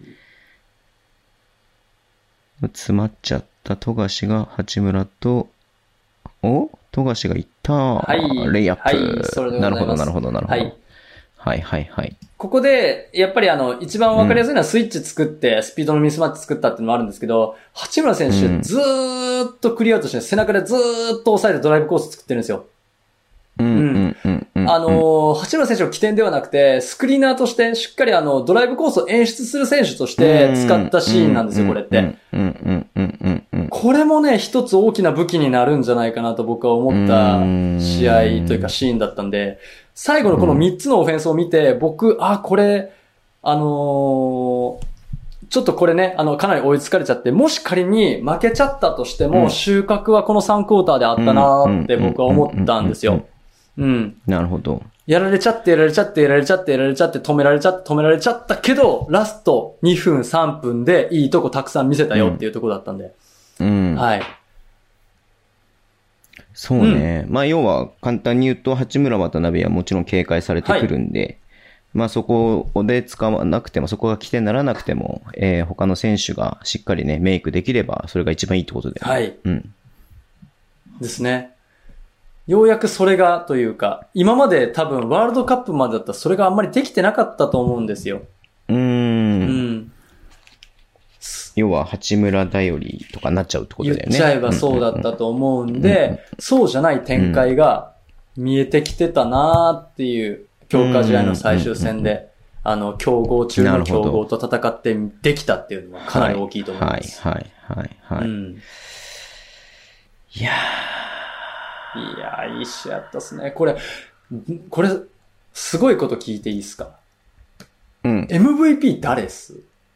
詰まっちゃった富樫が八村と、お富樫がいった、はい、レイアップ。はい、それでございます。なるほど、なるほど、なるほど。はいはいはいはい。 ここで、やっぱりあの、一番わかりやすいのはスイッチ作って、スピードのミスマッチ作ったっていうのもあるんですけど、八村選手、うん、ずーっとクリアウトして、背中でずーっと押さえてドライブコース作ってるんですよ。 うんうんうんうん。 あの、八村選手の起点ではなくて、スクリーナーとして、しっかりあの、ドライブコースを演出する選手として使ったシーンなんですよ、これって。これもね、一つ大きな武器になるんじゃないかなと僕は思った試合というかシーンだったんで、最後のこのみっつのオフェンスを見て、僕、あ、これ、あのー、ちょっとこれね、あの、かなり追いつかれちゃって、もし仮に負けちゃったとしても、収穫はこのさんクォーターであったなーって僕は思ったんですよ。うん。 なるほど。 やられちゃって、やられちゃって、やられちゃって、やられちゃって、止められちゃって、止められちゃったけど、ラストにふん、さんぷんでいいとこたくさん見せたよっていうところだったんで。 うん。 はい。 そうね。うん、まあ、要は、簡単に言うと、八村渡辺はもちろん警戒されてくるんで、はい、まあ、そこで使わなくても、そこが起点にならなくても、えー、他の選手がしっかりね、メイクできれば、それが一番いいってことで、ね。 はい。 うん。 ですね。ようやくそれがというか、今まで多分ワールドカップまでだったらそれがあんまりできてなかったと思うんですよ。 うーん。 うん。 要は八村頼りとかなっちゃうってことだよね。 言っちゃえばそうだったと思うんで、うんうんうん、そうじゃない展開が見えてきてたなーっていう強化試合の最終戦で、うんうんうん、あの、強豪中の強豪と戦ってできたっていうのはかなり大きいと思います。 はい、はい、はい、はい、はい。うん、 いやー。いやー、いい試合だったっすね。これ、これ、 すごいこと聞いていいですか？ うん。 エムブイピー 誰っす？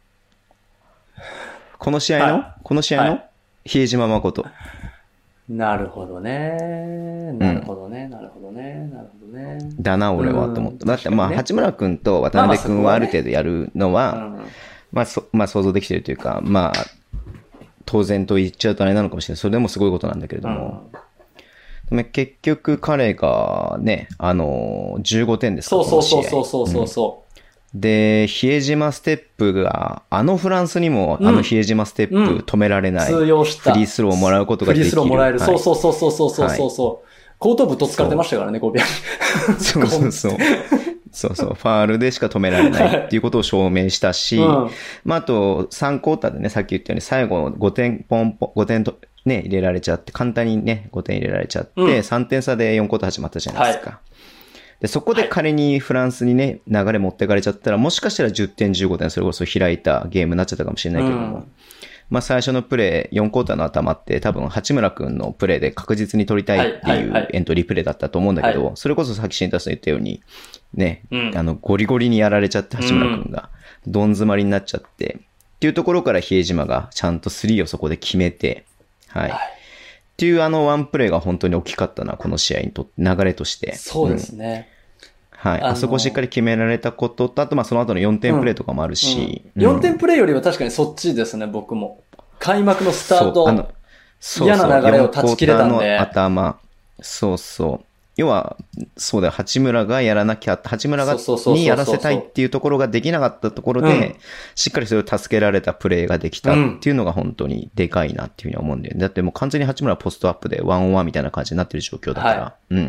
この試合の、はい、この試合の、はい、比江島誠。 なるほどね。なるほどね。うん、なるほどね。なるほどね。 だな、俺は、と思った。だって、まあ、ね、八村くんと渡辺くんはある程度やるのは、まあ、まあね、まあ、そ、まあ、想像できてるというか、まあ、当然と言っちゃうとあれなのかもしれない。それでもすごいことなんだけれども。うん、結局、彼がね、あの、じゅうごてんですか。 そうそうそうそうそうそうそう。 うん、で、比江島ステップが、あのフランスにも、あの比江島ステップ止められない、うんうん、通用した。フリースローをもらうことができる。 フリースローもらえる。はい、そうそうそうそうそうそうそう。はい、後頭部とつかれてましたからね、ゴビアに。 そうそうそう。そうそう。ファールでしか止められないっていうことを証明したし、はい、まあ、あと、さんクォーターでね、さっき言ったように最後ごてん、ポンポン、ごてんと、ね、入れられちゃって、簡単にね、ごてん入れられちゃって、うん、さんてん差でよんクォーター始まったじゃないですか。はい、で、そこで仮にフランスにね、流れ持ってかれちゃったら、もしかしたらじゅってん、じゅうごてん、それこそ開いたゲームになっちゃったかもしれないけれども、うん、まあ最初のプレー、よんクォーターの頭って多分八村くんのプレーで確実に取りたいっていうエントリープレーだったと思うんだけど、はいはい、それこそさっき新太さん言ったように、ね、うん、あの、ゴリゴリにやられちゃって八村くんが、どん詰まりになっちゃって、うん、っていうところから比江島がちゃんとスリーをそこで決めて、はい。はい、っていうあのワンプレーが本当に大きかったな、この試合にとって、流れとして。 そうですね。 うん、はい。あ, あそこをしっかり決められたことと、あとまあその後のよんてんプレーとかもあるし。 うんうん、よんてんプレーよりは確かにそっちですね、僕も。開幕のスタート、そうそう嫌な流れを断ち切れたんで。よんクォーターの頭。そうそう。要は、そうだよ、八村がやらなきゃ、八村がにやらせたいっていうところができなかったところで、うん、しっかりそれを助けられたプレーができたっていうのが本当にでかいなっていうふうに思うんだよね。だってもう完全に八村はポストアップでワンオンワンみたいな感じになってる状況だから。はい、うん。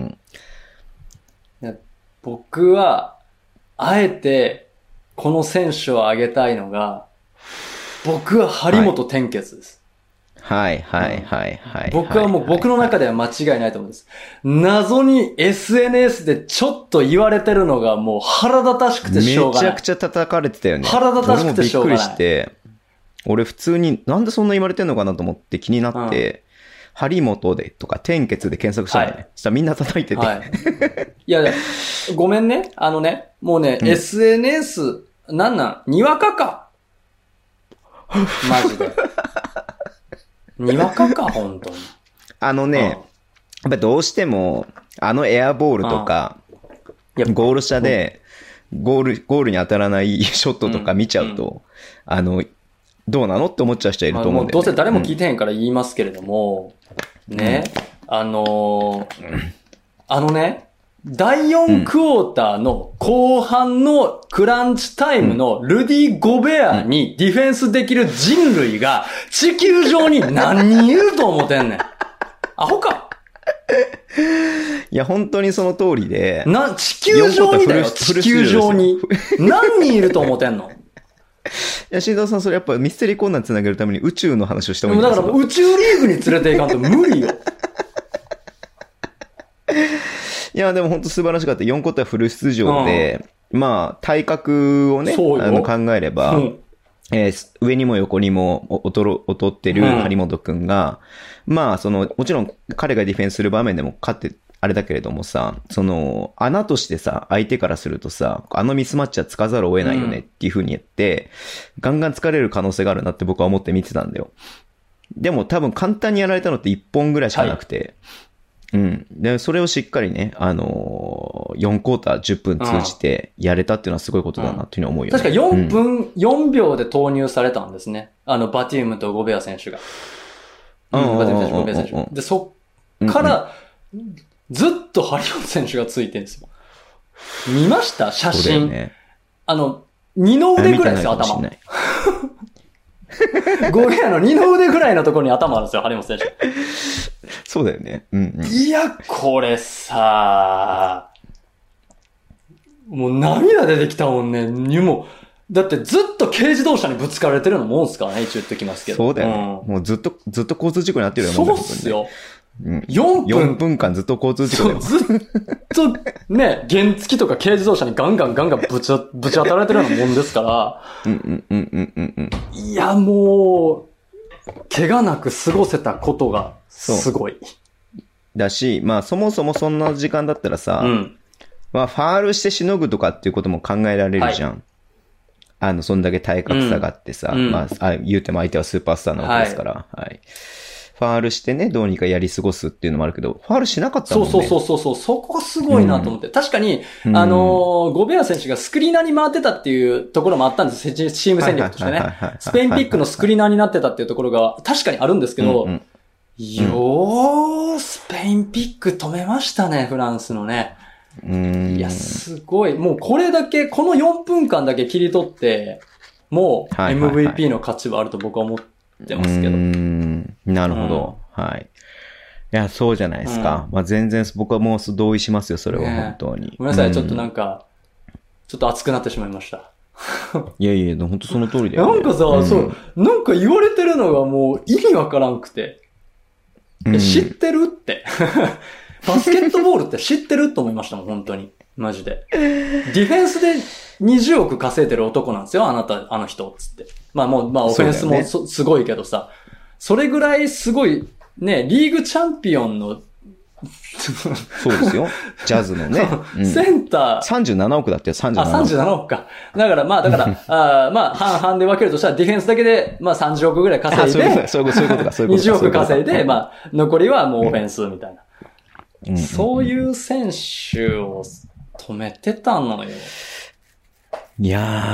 僕は、あえて、この選手を挙げたいのが、僕は張本天傑です。 はいはいはいはい。 僕はもう僕の中では間違いないと思うんです。謎に エスエヌエス でちょっと言われてるのがもう腹立たしくてしょうがない。 めちゃくちゃ叩かれてたよね。 腹立たしくてしょうがない。 俺もびっくりして、俺普通になんでそんな言われてんのかなと思って気になって、うん、張本でとか天傑で検索したのね。はい、そしたらみんな叩いてて。はい、 いや、ごめんね。あのね、もうね、うん、エスエヌエス、なんなんにわかか。マジで。にわかか、本当に。 あのね、うん、やっぱりどうしても、あのエアボールとか、うん、ゴール下で、ゴール、ゴールに当たらないショットとか見ちゃうと、うんうん、あの、どうなのって思っちゃう人いると思うんだよね。 どうせ誰も聞いてへんから言いますけれども、うん、ね、あのーうん、あのね、だいよんクォーターの後半のクランチタイムのルディ・ゴベアにディフェンスできる人類が地球上に何人いると思ってんねん。アホか。 いや、本当にその通りで。 な、地球上にだよ、地球上に。何人いると思ってんの？ いや、新藤さん、それやっぱミステリーコーナーつなげるために宇宙の話をした方がいいんですよ。だから宇宙リーグに連れていかんと無理よ。 いや、でも本当素晴らしかった。よんクォーターフル出場で、うん、まあ、体格をね、あの考えれば、うん、えー、上にも横にも劣る、劣ってる張本くんが、うん、まあ、その、もちろん彼がディフェンスする場面でも勝って、あれだけれどもさ、その、穴としてさ、相手からするとさ、あのミスマッチはつかざるを得ないよねっていう風に言って、うん、ガンガン疲れる可能性があるなって僕は思って見てたんだよ。でも多分簡単にやられたのっていっぽんぐらいしかなくて、はい、うん。で、それをしっかりね、あのー、よんクォーターじゅっぷん通じてやれたっていうのはすごいことだなっていうふうに思うよね。 確かよんぷん、うん、よんびょうで投入されたんですね。あの、バティウムとゴベア選手が。うん、バティウム選手、ゴベア選手。で、そっから、うんうん、ずっと張本選手がついてるんですよ。見ました写真。ね、あの、二の腕ぐらいですよ、頭。ゴベアの二の腕ぐらいのところに頭あるんですよ、張本選手。 そうだよね。うんうん、 いや、これさ、もう涙出てきたもんね。にも、だってずっと軽自動車にぶつかられてるようなもんすからね、一応言ってきますけど。 そうだよね。うん、もうずっと、ずっと交通事故になってるようなもんだよね。 そうっすよ。 うん、よんぷん。よんぷんかんずっと交通事故だよ。 ずっと、ね、原付とか軽自動車にガンガンガンガンぶち、ぶち当たられてるようなもんですから。 うんうんうんうんうんうん。 いや、もう、怪我なく過ごせたことがすごい。 だし、まあそもそもそんな時間だったらさ、うん、 まあ、ファールしてしのぐとかっていうことも考えられるじゃん。はい、あの、そんだけ体格差があってさ、うん、まあ、あ、言うても相手はスーパースターなわけですから、はい。はい、ファールしてね、どうにかやり過ごすっていうのもあるけど、ファールしなかったもんね。 そうそうそうそう、そこがすごいなと思って。うん、確かに、あのー、ゴベア選手がスクリーナーに回ってたっていうところもあったんです。チーム戦略としてね。スペインピックのスクリーナーになってたっていうところが確かにあるんですけど、うんうん、よー、スペインピック止めましたね、フランスのね。 うーん、 いや、すごい。もうこれだけ、このよんぷんかんだけ切り取って、もう エムブイピー の価値はあると僕は思ってますけど。 うーん、なるほど、うん。はい。いや、そうじゃないですか。うん、まあ全然僕はもう同意しますよ、それは本当に。ね、 ごめんなさい、うん、ちょっとなんか、ちょっと熱くなってしまいました。 いやいや、本当その通りだよ、ね。 なんかさ、うん、そう、なんか言われてるのがもう意味わからんくて。うん、知ってるって。バスケットボールって知ってると思いましたもん、本当に。マジで。ディフェンスでにじゅうおく稼いでる男なんですよ、あなた、あの人、つって。まあもう、まあオフェンスも そ,、ね、すごいけどさ。それぐらいすごい、ね、リーグチャンピオンの、 そうですよ。ジャズのね。 うん、センター。 さんじゅうななおくだってよ、さんじゅうななおく。 あ、さんじゅうななおくか。だから、まあ、だから、あまあ、半々で分けるとしたら、ディフェンスだけで、まあ、さんじゅうおくぐらい稼いで、 そういうことか、そういうことか。 にじゅうおく稼いで、まあ、残りはもうオフェンスみたいな。うん、そういう選手を止めてたのよ。 い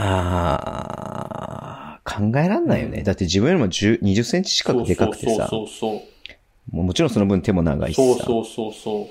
やー、考えらんないよね。うん、だって自分よりもじゅう、にじゅっセンチ近くでかくてさ。 そうそうそうそう。 もうもちろんその分手も長いしさ。 そうそうそうそう。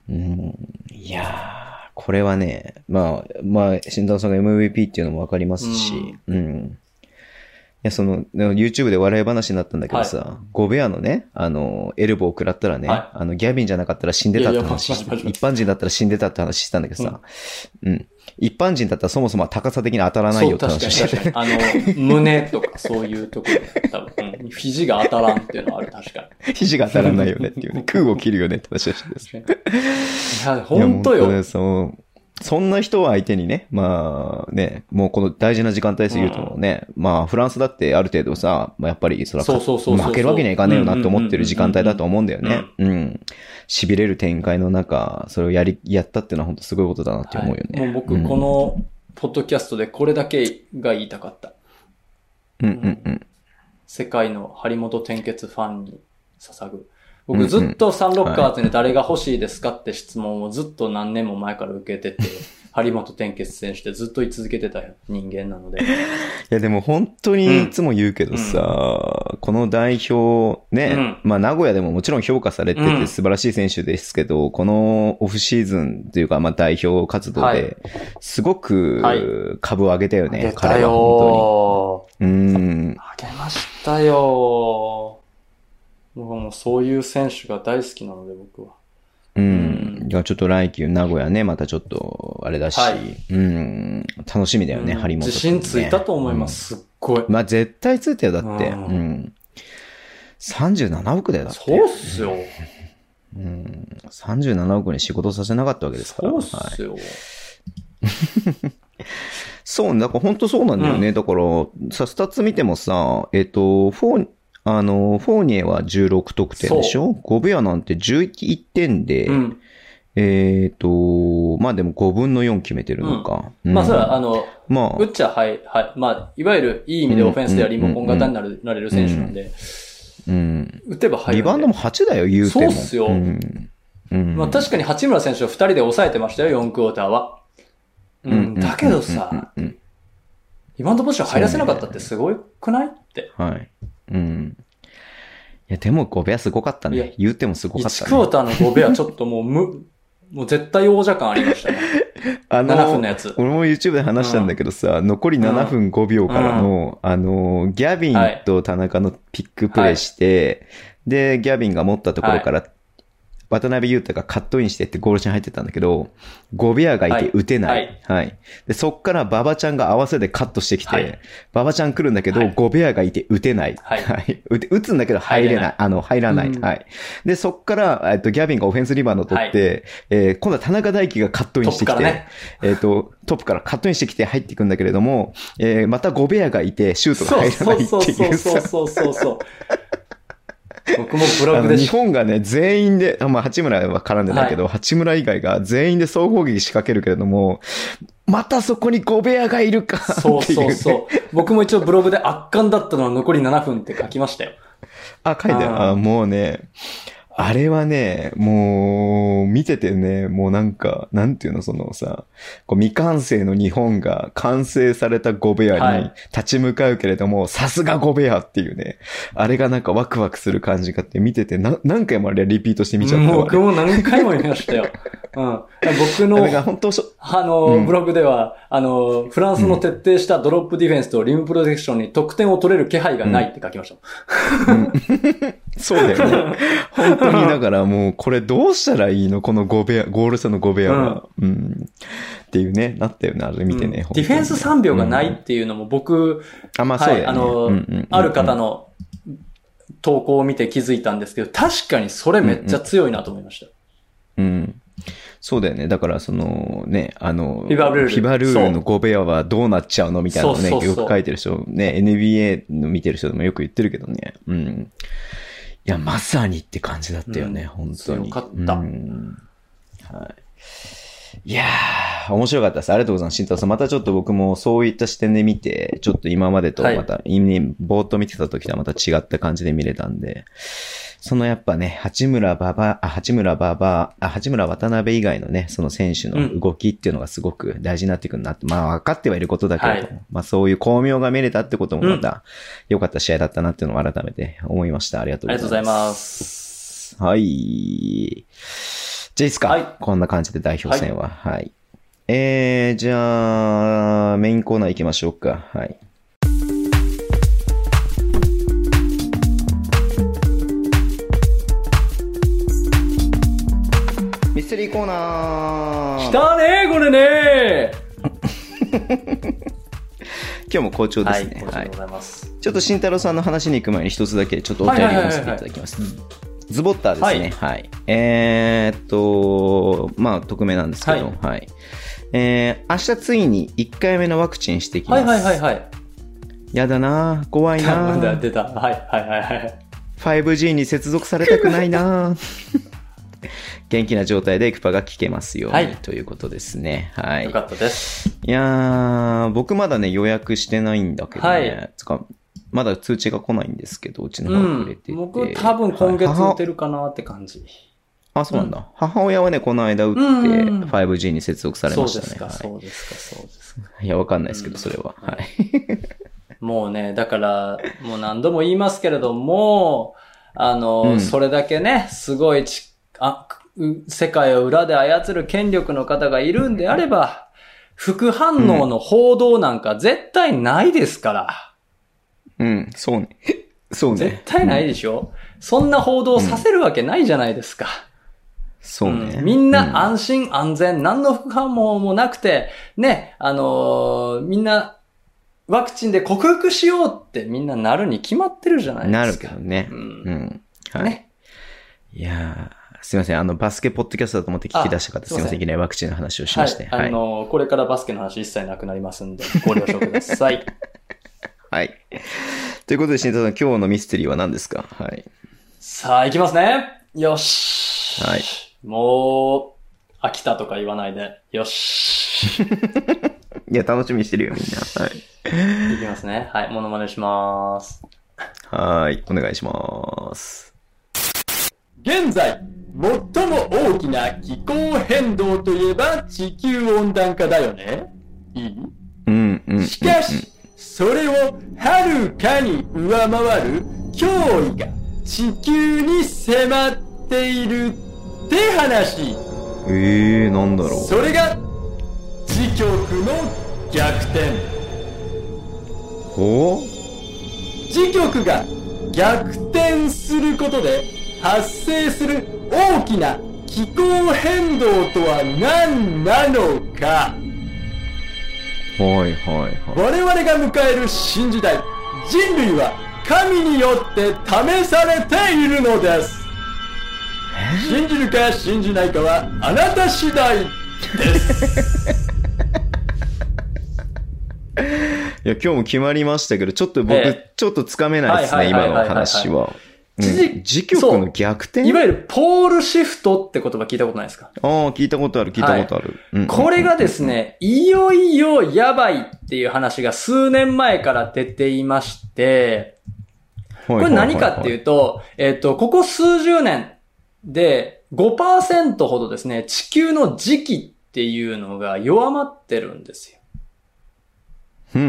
うん。いやー、これはね、まあ、まあ、慎太郎さんが エムブイピー っていうのもわかりますし、うん。うん、いや、その、YouTube で笑い話になったんだけどさ、はい、ゴベアのね、あの、エルボーを食らったらね、はい、あの、ギャビンじゃなかったら死んでたって話して、一般人だったら死んでたって話してたんだけどさ、うん、うん一般人だったらそもそも高さ的に当たらないよって話してそう、確かに確かに。あの、胸とかそういうところで多分、うん、肘が当たらんっていうのはある、確かに。 肘が当たらないよねっていうね。空を切るよねって話をしてですね。 いや、本当よ。 いやそうそんな人を相手にね、まあね、もうこの大事な時間帯すぎるとね、うん、まあフランスだってある程度さ、まあ、やっぱりそれは負けるわけにはいかねえよなって思ってる時間帯だと思うんだよね。うん。痺れる展開の中、それをやり、やったっていうのは本当すごいことだなって思うよね。 はい、もう僕、このポッドキャストでこれだけが言いたかった。 うんうんうん。 世界の張本天傑ファンに捧ぐ。僕ずっとサンロッカーズに誰が欲しいですかって質問をずっと何年も前から受けてて、張本天傑選手でずっと言い続けてた人間なので。いやでも本当にいつも言うけどさ、うん、この代表ね、うん、まあ名古屋でももちろん評価されてて素晴らしい選手ですけど、うん、このオフシーズンというかまあ代表活動ですごく株を上げたよね、 はい、彼は本当に。うん。 上げましたよ。もうそういう選手が大好きなので僕は。 うん。いや、ちょっと来季名古屋ね、またちょっとあれだし、はい、うん、楽しみだよね、張、うん、本、ね。 自信ついたと思います、うん、すっごい。 まあ絶対ついたよ、だって。うん。うん、さんじゅうななおくだよ、だって。 そうっすよ。 うん。さんじゅうななおくに仕事させなかったわけですから。 そうっすよ。はいそう、だから本当そうなんだよね。うん、だから、さ、スタッツ見てもさ、えっと、フォー、あの、フォーニエはじゅうろくとくてんでしょ？ゴベアなんてじゅういってんで、うん、えっ、ー、と、まあでもごぶんのよん決めてるのか。 うんうん、まあそれはあの、まあ、打っちゃはい、はい。まあ、いわゆるいい意味でオフェンスではリモコン型になる、うんうん、なれる選手なんで、 うん。 打てば入る。 リバウンドもはちだよ、言うても。 そうっすよ。うんうん、まあ確かに八村選手をふたりで抑えてましたよ、よんクォーターは。うん。だけどさ、リバウンドポジション入らせなかったってすごくないって。 はい。うん。いや、でもゴベアすごかったね。言うてもすごかったね。 いちクォーターのゴベアちょっともうむ、もう絶対王者感ありましたね。あの、ななふんのやつ。 俺も YouTube で話したんだけどさ、うん、残りななふんごびょうからの、うん、あの、ギャビンと田中のピックプレイして、はい、で、ギャビンが持ったところから、はい渡辺裕太がカットインしてってゴールシーン入ってたんだけど、ゴベアがいて打てない。はい。はい、で、そっから馬場ちゃんが合わせでカットしてきて、はい、馬場ちゃん来るんだけど、はい、ゴベアがいて打てない。はい。はい、打つんだけど入れない。ないあの、入らない。はい。で、そっから、えっと、ギャビンがオフェンスリバウンド取って、はい、えー、今度は田中大輝がカットインしてきて、ね、えっと、トップからカットインしてきて入っていくんだけれども、えー、またゴベアがいてシュートが入らないっていう。 そうそうそうそうそうそう。 僕もブログで日本がね、全員で、まあ、八村は絡んでないけど、はい、八村以外が全員で総攻撃仕掛けるけれども、またそこにゴベアがいるかっていう、ね。 そうそうそう。僕も一応ブログで圧巻だったのは残りななふんって書きましたよ。 あ、書いてある。あ、もうね、あれはね、もう、見ててね、もうなんか、なんていうの、そのさ、こう未完成の日本が完成されたゴベアに立ち向かうけれども、さすがゴベアっていうね、あれがなんかワクワクする感じがって見てて、な何回もあれリピートして見ちゃった。 僕も何回も見ましたよ。うん。僕の、本当あの、うん、ブログでは、あの、フランスの徹底したドロップディフェンスとリムプロテクションに得点を取れる気配がないって書きました。うんうん、 そうだよね。本当にだからもう、これどうしたらいいのこのゴベア、ゴール下のゴベアが。うん。うん、っていうね、なったよね、あれ見てね。 うん、ディフェンスさんびょうがないっていうのも僕、 あ、まあそうだよね。はい、あの、 うんうんうんうん、ある方の投稿を見て気づいたんですけど、確かにそれめっちゃ強いなと思いました。 うん、うんそうだよね。だから、その、ね、あの、フィバルール。フィバルールのゴベアはどうなっちゃうのみたいなのね、よく書いてる人、ね、エヌビーエー の見てる人でもよく言ってるけどね。うん。いや、まさにって感じだったよね、うん、本当に。 よかった。うん、 はい。いやー、面白かったです。ありがとうございます。慎太郎さん。またちょっと僕もそういった視点で見て、ちょっと今までとまた、はい、ぼーっと見てた時とはまた違った感じで見れたんで、そのやっぱね、八村馬場、あ、八村馬場、あ、八村渡辺以外のね、その選手の動きっていうのがすごく大事になってくるなって、うん、まあ分かってはいることだけれども、はい、まあそういう巧妙が見れたってこともまた良かった試合だったなっていうのを改めて思いました。ありがとうございます。 ありがとうございます。 はい。じゃあいいですか、はい、こんな感じで代表戦は。はい。はい、えー、じゃあ、メインコーナー行きましょうか。はい。ミステリーコーナー。 来たねー、これねー。今日も好調ですね。 はい、好調でございます。 はい、ちょっと慎太郎さんの話に行く前に一つだけちょっとお便りをさせていただきます。ズボッターですね。はい。はい、えー、っと、まあ、匿名なんですけど、はい。はい、えー、明日ついにいっかいめのワクチンしてきます。 はいはいはいはい。 やだなー、怖いなー。 まだ出た。はいはいはいはい。 ファイブジー に接続されたくないなー。元気な状態でエクパが聞けますように、はい、ということですね。はい。 よかったです。 いやー、僕まだね、予約してないんだけどね。はい、つかまだ通知が来ないんですけど、うちの方がくれてて、うん。僕多分今月打てるかなって感じ。 あ、そうなんだ。うん、母親はね、この間打って、ファイブジー に接続されましたね。 そうですか、そうですか、そうですか。 いや、わかんないですけど、それは。うん、はい。 もうね、だから、もう何度も言いますけれども、あの、うん、それだけね、すごいち、あ、世界を裏で操る権力の方がいるんであれば、副反応の報道なんか絶対ないですから。 うん、うん、そうね。そうね。 絶対ないでしょ、うん、そんな報道させるわけないじゃないですか。うん、 そうね、 うん。みんな安心安全、何の副反応もなくて、ね、あのー、みんなワクチンで克服しようってみんななるに決まってるじゃないですか。 なるけどね。うん。うん、はい。ね。いやー。すいません。あの、バスケポッドキャストだと思って聞き出した方、すいません。いきなりワクチンの話をしまして。 はい。はい、あの、これからバスケの話一切なくなりますんで、ご了承ください。 はい。ということで、慎太郎さん、今日のミステリーは何ですか？はい。 さあ、いきますね。よし。 はい。 もう、飽きたとか言わないで。よし。 いや、楽しみにしてるよ、みんな。はい。 いきますね。はい。モノマネします。 はい。お願いします。 現在、最も大きな気候変動といえば地球温暖化だよね。いい？ うんうん。 しかし、それをはるかに上回る脅威が地球に迫っているって話。 えー、なんだろう。 それが、磁極の逆転。 ほう？ 磁極が逆転することで発生する大きな気候変動とは何なのか。 はいはいはい。 我々が迎える新時代、人類は神によって試されているのです。信じるか信じないかはあなた次第です。 いや、今日も決まりましたけど、ちょっと僕、ええ、ちょっとつかめないですね、今の話は。 地磁、うん、磁極の逆転いわゆるポールシフトって言葉聞いたことないですか？ ああ、聞いたことある、聞いたことある。 はい、これがですね、いよいよやばいっていう話が数年前から出ていまして、これ何かっていうと、えっと、ここ数十年で ごパーセント ほどですね、地球の磁気っていうのが弱まってるんですよ。うん、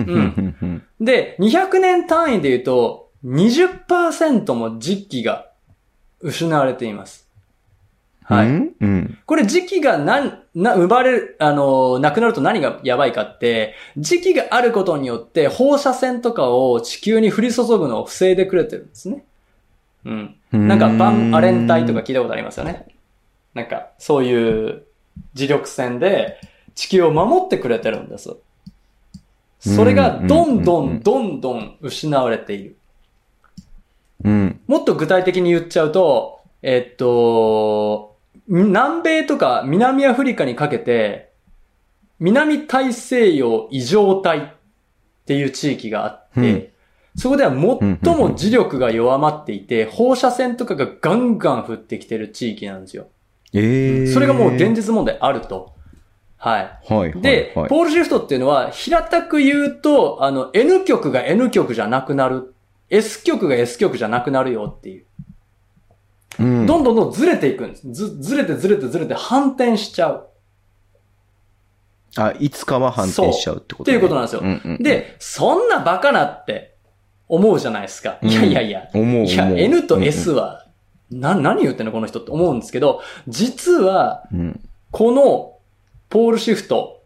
で、にひゃくねん単位で言うと にじゅっパーセント も磁気が失われています。はい。うんうん、これ磁気がな、な、生まれる、あの、なくなると何がやばいかって、磁気があることによって放射線とかを地球に降り注ぐのを防いでくれてるんですね。うん。なんかバンアレン帯とか聞いたことありますよね。なんか、そういう磁力線で地球を守ってくれてるんです。それがどんどんどんどん失われている。うん、もっと具体的に言っちゃうと、えっと、南米とか南アフリカにかけて、南大西洋異常帯っていう地域があって、うん、そこでは最も磁力が弱まっていて、放射線とかがガンガン降ってきてる地域なんですよ。えー、それがもう現実問題あると。はい。はい。で、はい、ポールシフトっていうのは、平たく言うと、あの、N 極が N 極じゃなくなる。S 極が S 極じゃなくなるよっていう。うん、どんどんどんずれていくんです。ず、ずれてずれてずれて反転しちゃう。 あ、いつかは反転しちゃうってこと、ね、 っていうことなんですよ。うんうんうん、で、そんなバカなって思うじゃないですか。うん、いやいやいや。思う思う。いや、N と S は、うんうん、な、何言ってんのこの人って思うんですけど、実は、この、ポールシフト、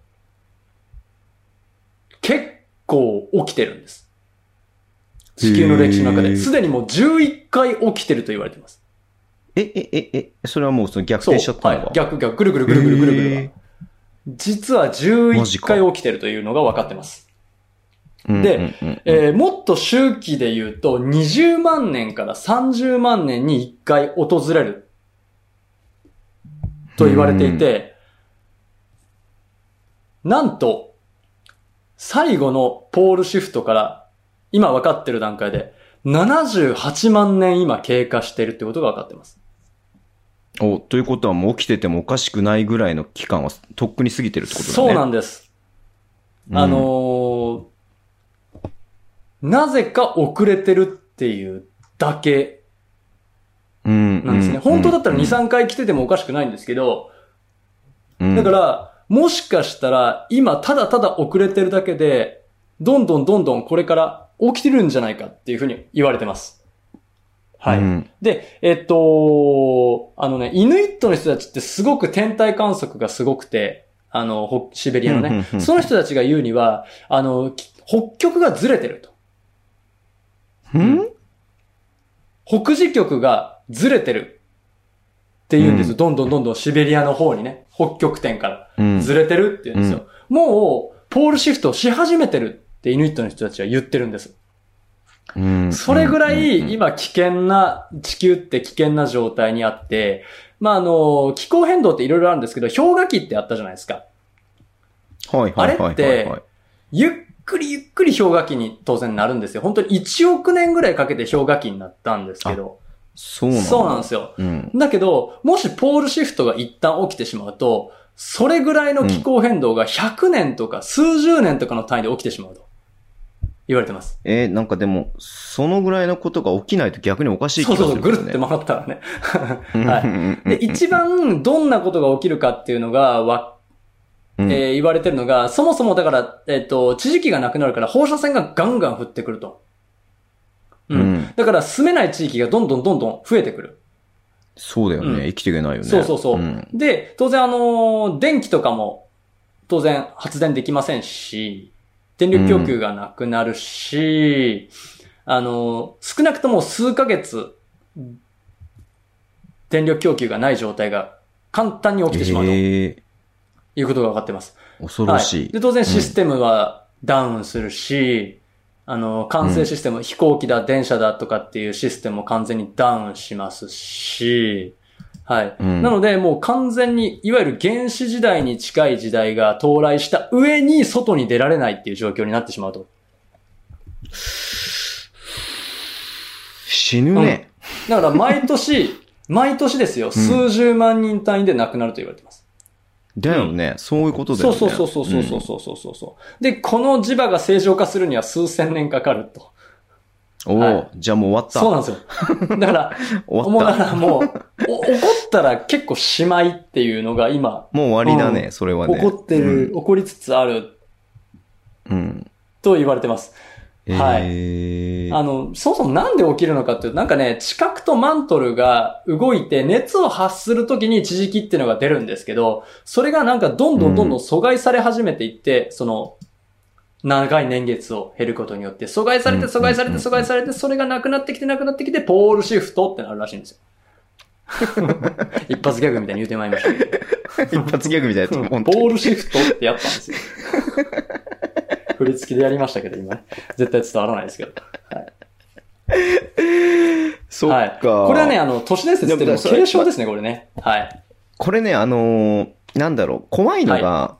結構起きてるんです。地球の歴史の中で。すでにもうじゅういっかい起きてると言われています。 え、え、え、え、それはもうその逆転しちゃったのか、 はい、逆、逆、ぐるぐるぐるぐるぐるぐるが。実はじゅういっかい起きてるというのが分かってます。で、えー、もっと周期で言うと、にじゅうまんねんからさんじゅうまんねんにいっかい訪れる。と言われていて、なんと、最後のポールシフトから今分かってる段階でななじゅうはちまんねん今経過してるってことが分かってます。 お、ということはもう起きててもおかしくないぐらいの期間はとっくに過ぎてるってことだね。 そうなんです。うん、あのー、なぜか遅れてるっていうだけなんですね。うんうん、本当だったらに、さんかい来ててもおかしくないんですけど、うん、だから、もしかしたら今ただただ遅れてるだけで、どんどんどんどんこれから起きてるんじゃないかっていうふうに言われてます。はい。うん、で、えっと、あのね、イヌイットの人たちってすごく天体観測がすごくて、あの、シベリアのね、その人たちが言うには、あの、北極がずれてると。ん？北磁極がずれてるって言うんですよ。うん、どんどんどんどんシベリアの方にね、北極点からずれてるって言うんですよ。うん、もう、ポールシフトし始めてるってイヌイットの人たちは言ってるんです。うん、それぐらい今危険な、地球って危険な状態にあって、まあ、あの、気候変動っていろいろあるんですけど、氷河期ってあったじゃないですか。 はいはいはいはい、はい。 あれって、ゆっくりゆっくり氷河期に当然なるんですよ。本当にいちおくねんぐらいかけて氷河期になったんですけど。 そうなんだ。 そうなんですよ。うん、だけど、もしポールシフトが一旦起きてしまうと、それぐらいの気候変動がひゃくねんとか数十年とかの単位で起きてしまうと言われてます。 えー、なんかでも、そのぐらいのことが起きないと逆におかしい気がする、ね。 そうそうそう、ぐるって回ったらね。はい。で、一番どんなことが起きるかっていうのがわ、えー、言われてるのが、そもそもだから、えっと、地磁気がなくなるから放射線がガンガン降ってくると。うん。うん、だから住めない地域がどんどんどんどん増えてくる。 そうだよね、うん。生きていけないよね。 そうそうそう。うん、で、当然あの、電気とかも当然発電できませんし、電力供給がなくなるし、うん、あの、少なくとも数ヶ月、電力供給がない状態が簡単に起きてしまうと。えー、いうことが分かってます。 恐ろしい。 はい、で、当然システムはダウンするし、うん、あの、管制システム、うん、飛行機だ、電車だとかっていうシステムも完全にダウンしますし、はい。うん、なので、もう完全に、いわゆる原始時代に近い時代が到来した上に外に出られないっていう状況になってしまうと。 死ぬね。 うだから毎年、毎年ですよ、数十万人単位で亡くなると言われてます。 だよね、うん、そういうことだよね。 そうそうそうそうそうそうそうそうそう、うん。で、この磁場が正常化するには数千年かかると。 おお、はい、じゃあもう終わった。 そうなんですよ。だから、終わった。もうだからもう、怒ったら結構しまいっていうのが今。 もう終わりだね、うん、それはね。 怒ってる、うん、怒りつつある。 うん。 と言われてます。 えー、 はい。あの、そもそもなんで起きるのかっていうと、なんかね、地殻とマントルが動いて熱を発するときに地磁気っていうのが出るんですけど、それがなんかどんどんどんどん阻害され始めていって、うん、その、長い年月を経ることによって、阻害されて阻害されて阻害されて、それがなくなってきてなくなってきて、ポールシフトってなるらしいんですよ。一発ギャグみたいに言うてまいりましたけど。一発ギャグみたいなやつ。 ポールシフトってやったんですよ。振り付きでやりましたけど、今ね。絶対伝わらないですけど。はい。 そっか、はい。 これはね、あの、都市伝説っていうのも継承ですね、これね。はい。 これね、あのー、なんだろう、怖いのが、はい、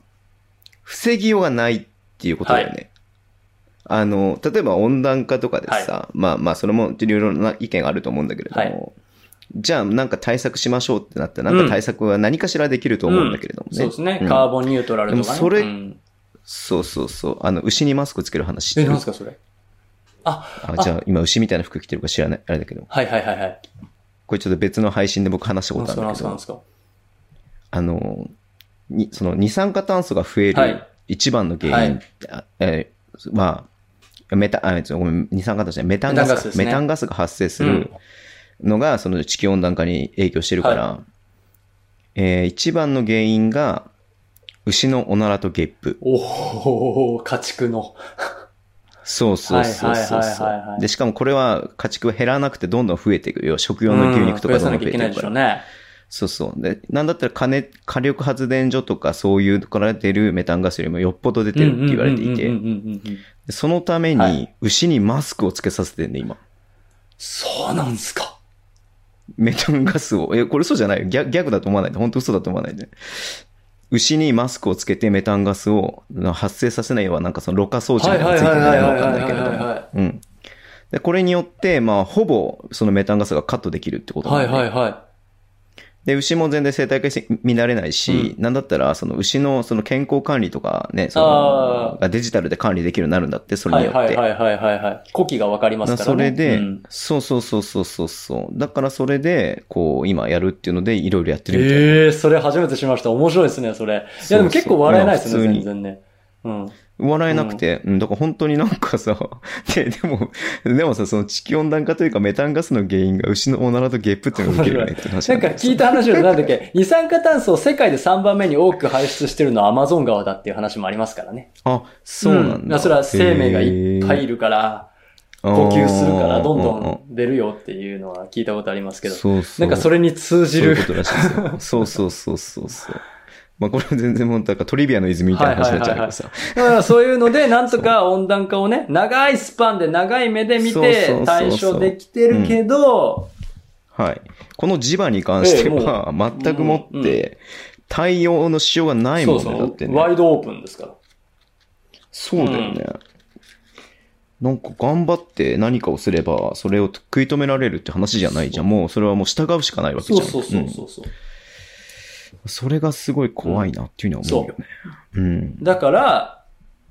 防ぎようがないっていうことだよね。はい、あの、例えば温暖化とかでさ、はい、まあまあ、それもいろいろな意見があると思うんだけれども、はい、じゃあなんか対策しましょうってなったら、なんか対策は何かしらできると思うんだけれどもね。 うんうん、そうですね、うん。カーボンニュートラルとかね。 でもそれ、うん、そうそうそう。あの、牛にマスクつける話してる。 え、なんすかそれ。ああ、じゃあ今牛みたいな服着てるか知らない、あれだけど。 はいはいはいはい。 これちょっと別の配信で僕話したことあるんだけど。 なんすかあの、に、その二酸化炭素が増える一番の原因、はい、えー、まあ、メタ、あ、ごめん、二酸化炭素じゃない、メタンガスか。メタンガスですね。メタンガスが発生するのが、その地球温暖化に影響してるから、はい、えー、一番の原因が、牛のおならとゲップ。 おー、家畜の。 そうそうそうそう。で、しかもこれは家畜は減らなくてどんどん増えていくよ。食用の牛肉とかどんどん増えていくから。うん、増やさなきゃいけないでしょうね。そうそう。で、なんだったら火火力発電所とかそういうところから出るメタンガスよりもよっぽど出てるって言われていて、そのために牛にマスクをつけさせてんね、今。 そうなんすか。 メタンガスを、え、これ嘘じゃないよ。ギャ、ギャグだと思わないで。本当嘘だと思わないで。牛にマスクをつけてメタンガスを発生させないようななんかそのろ過装置みたいなのがついてるのかわかんないけれども。うん。で、これによって、まあ、ほぼそのメタンガスがカットできるってことなんで。はいはいはい。で、牛も全然生態系乱れないし、うん、なんだったら、その牛のその健康管理とかね、その、がデジタルで管理できるようになるんだって、それによって。 はいはいはいはいはい。呼気がわかりますからね。 それで、うん、そうそうそうそうそうそう。だからそれで、こう、今やるっていうので、いろいろやってるみたいな。 ええー、それ初めて知りました。面白いですね、それ。いやでも結構笑えないですね、全然ね。うん。 笑えなくて、うん、だから本当になんかさ、で、でも、でもさ、その地球温暖化というかメタンガスの原因が牛のおならとゲップっていうのが受けるよねって話なんか聞いた話をなんだっけ、二酸化炭素を世界でさんばんめに多く排出してるのはアマゾン川だっていう話もありますからね。 あ、そうなんだ。 うん、それは生命がいっぱいいるから、呼吸するからどんどん出るよっていうのは聞いたことありますけど、そうそうなんかそれに通じる。 そういうことらしいですよ。そうそうそうそうそう。まあこれは全然もう、なんかトリビアの泉みたいな話になっちゃうけどさ。 だからそういうので、なんとか温暖化をね、長いスパンで長い目で見て対処できてるけど、 はい。この磁場に関しては、全くもって対応のしようがないもんね、 そうそうだってね。 ワイドオープンですから。 そうだよね。うん、なんか頑張って何かをすれば、それを食い止められるって話じゃないじゃん。もうそれはもう従うしかないわけじゃん。 そうそうそうそう。うんそれがすごい怖いなっていうふうに思うよね。うん。うん、 だから、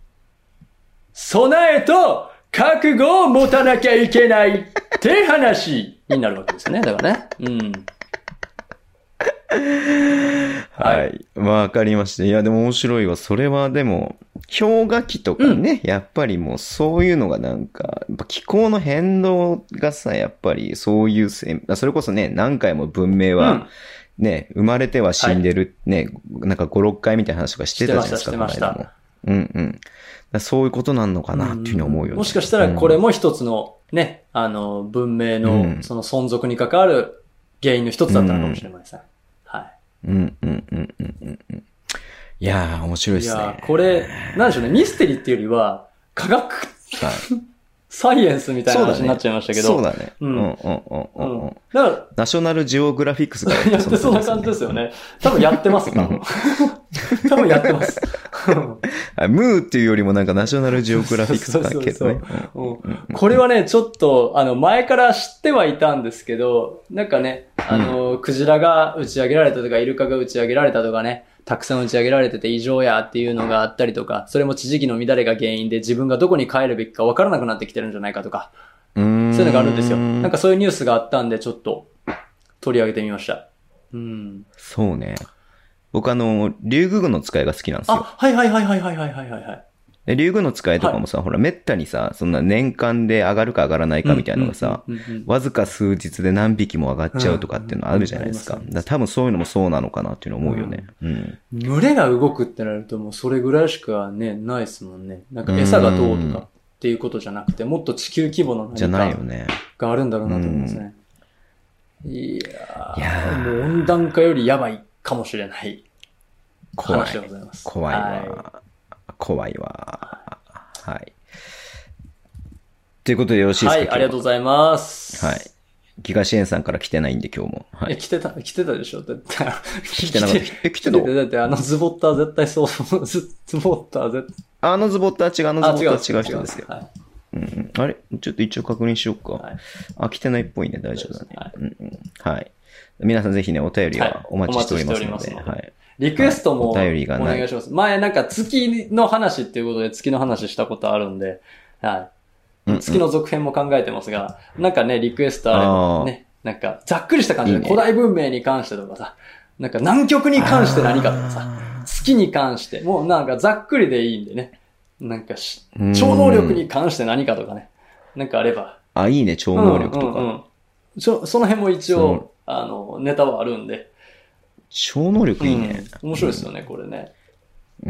備えと覚悟を持たなきゃいけないって話になるわけですよね。だからね。うん。 はい。わかりました。いや、でも面白いわ。それはでも、氷河期とかね、うん、やっぱりもうそういうのがなんか、やっぱ気候の変動がさ、やっぱりそういうせ、それこそね、何回も文明は、うんね、生まれては死んでる、はい、ね、なんかご、ろっかいみたいな話とかしてたじゃないですか。 してました、してました。 うんうん。だそういうことなのかなっていうふうに思うよね。 もしかしたらこれも一つのね、うん、あの、文明のその存続に関わる原因の一つだったのかもしれません。うん、はい。 うんうんうんうんうんうん。いやー、面白いですね。いやこれ、なんでしょうね、ミステリーっていうよりは、科学、はい、 サイエンスみたいな話になっちゃいましたけど。 そうだね。そうだね。うん、うん、うん、うん。うん、 だから、 ナショナルジオグラフィックスがやってそうな感じですよね。多分やってます、多分。多分やってます。 ムーっていうよりもなんかナショナルジオグラフィックスだけどね。 これはね、ちょっと、あの、前から知ってはいたんですけど、なんかね、あの、うん、クジラが打ち上げられたとか、イルカが打ち上げられたとかね、たくさん打ち上げられてて異常やっていうのがあったりとか、それも地磁気の乱れが原因で自分がどこに帰るべきか分からなくなってきてるんじゃないかとか、うーんそういうのがあるんですよ。なんかそういうニュースがあったんで、ちょっと取り上げてみました。うん。 そうね。僕あの、竜宮の使いが好きなんですよ。 あ、はいはいはいはいはいはいはいはい。 で、竜宮の使いとかもさ、はい、ほら、めったにさ、そんな年間で上がるか上がらないかみたいなのがさ、わずか数日で何匹も上がっちゃうとかっていうのあるじゃないですか。だから多分そういうのもそうなのかなっていうの思うよね。うん。 うん、群れが動くってなるともうそれぐらいしかね、ないですもんね。なんか餌がどうとかっていうことじゃなくて、もっと地球規模の何かがあるんだろうなと思いますね。いやー、いやーもう温暖化よりやばいかもしれない話でございます。 怖い。怖いわ。はい、怖いわ。はい。ということでよろしいですか？ はい、ありがとうございます。 はい。ギガ支援さんから来てないんで今日も。はい。 え、来てた、来てたでしょだって。 来てなかった。え、来てた？ だってあのズボッター絶対そう、ズボッター絶対。 あのズボッター違う、あのズボッター違う人ですよ。はい。うんうん、あれちょっと一応確認しようか。はい、あ、来てないっぽいね。大丈夫だね。はい。うんうん、はい。皆さんぜひね、お便りはお待ちしておりますので。はい。はい、 リクエストもお願いします。前なんか月の話っていうことで月の話したことあるんで、はい。月の続編も考えてますが、うんうん、なんかね、リクエストあればね、なんかざっくりした感じで、ね、古代文明に関してとかさ、なんか南極に関して何かとかさ、月に関して、もうなんかざっくりでいいんでね、なんかし超能力に関して何かとかね、なんかあれば。 あ、いいね、超能力とか。うんうんうん、 そ, その辺も一応、あの、ネタはあるんで。 超能力いいね。 うん、面白いですよね、これね。 うん。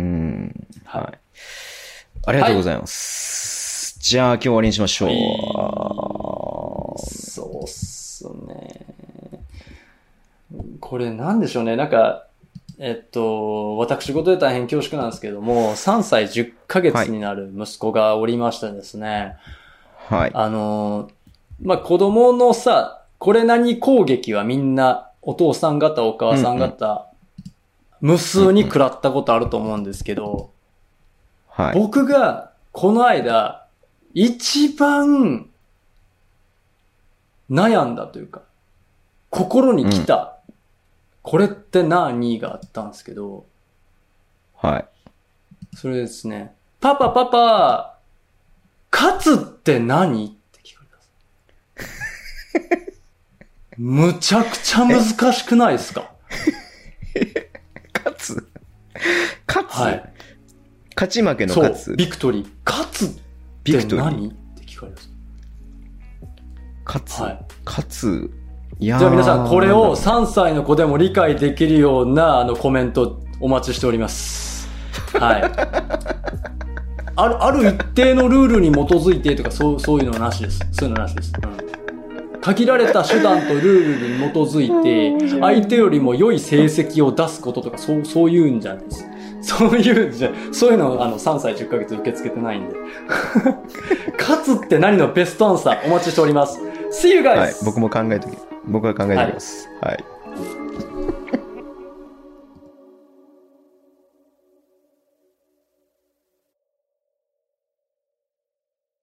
はい。ありがとうございます。はい、じゃあ今日終わりにしましょう。 はい、そうっすね。これなんでしょうね。なんか、えっと、私事で大変恐縮なんですけども、さんさいじゅっかげつになる息子がおりましてですね。 はい。 あの、まあ、子供のさ、これ何攻撃はみんな、お父さん方、お母さん方、うんうん、無数に食らったことあると思うんですけど、 はい、 僕がこの間、一番悩んだというか、心に来た、うん、これって何があったんですけど、 はい。 それですね、パパパパ、カツって何って聞かれたんです。むちゃくちゃ難しくないですか？ 勝つ勝つ、 はい、 勝ち負けの勝つ。 そう、ビクトリー。勝つって何って聞かれます。 勝つ、はい、勝つ。いやー、 じゃあ皆さん、これをさんさいの子でも理解できるようなあのコメントお待ちしております。はい。ある、ある一定のルールに基づいてとか、そう、そういうのはなしです。そういうのはなしです。うん限られた手段とルールに基づいて、相手よりも良い成績を出すこととか、そう、そういうんじゃないです。そういうんじゃ、そういうのをあのさんさいじゅっかげつ受け付けてないんで。勝つって何のベストアンサーお待ちしております。See you guys! はい、僕も考えて、僕は考えておきます。はい、はい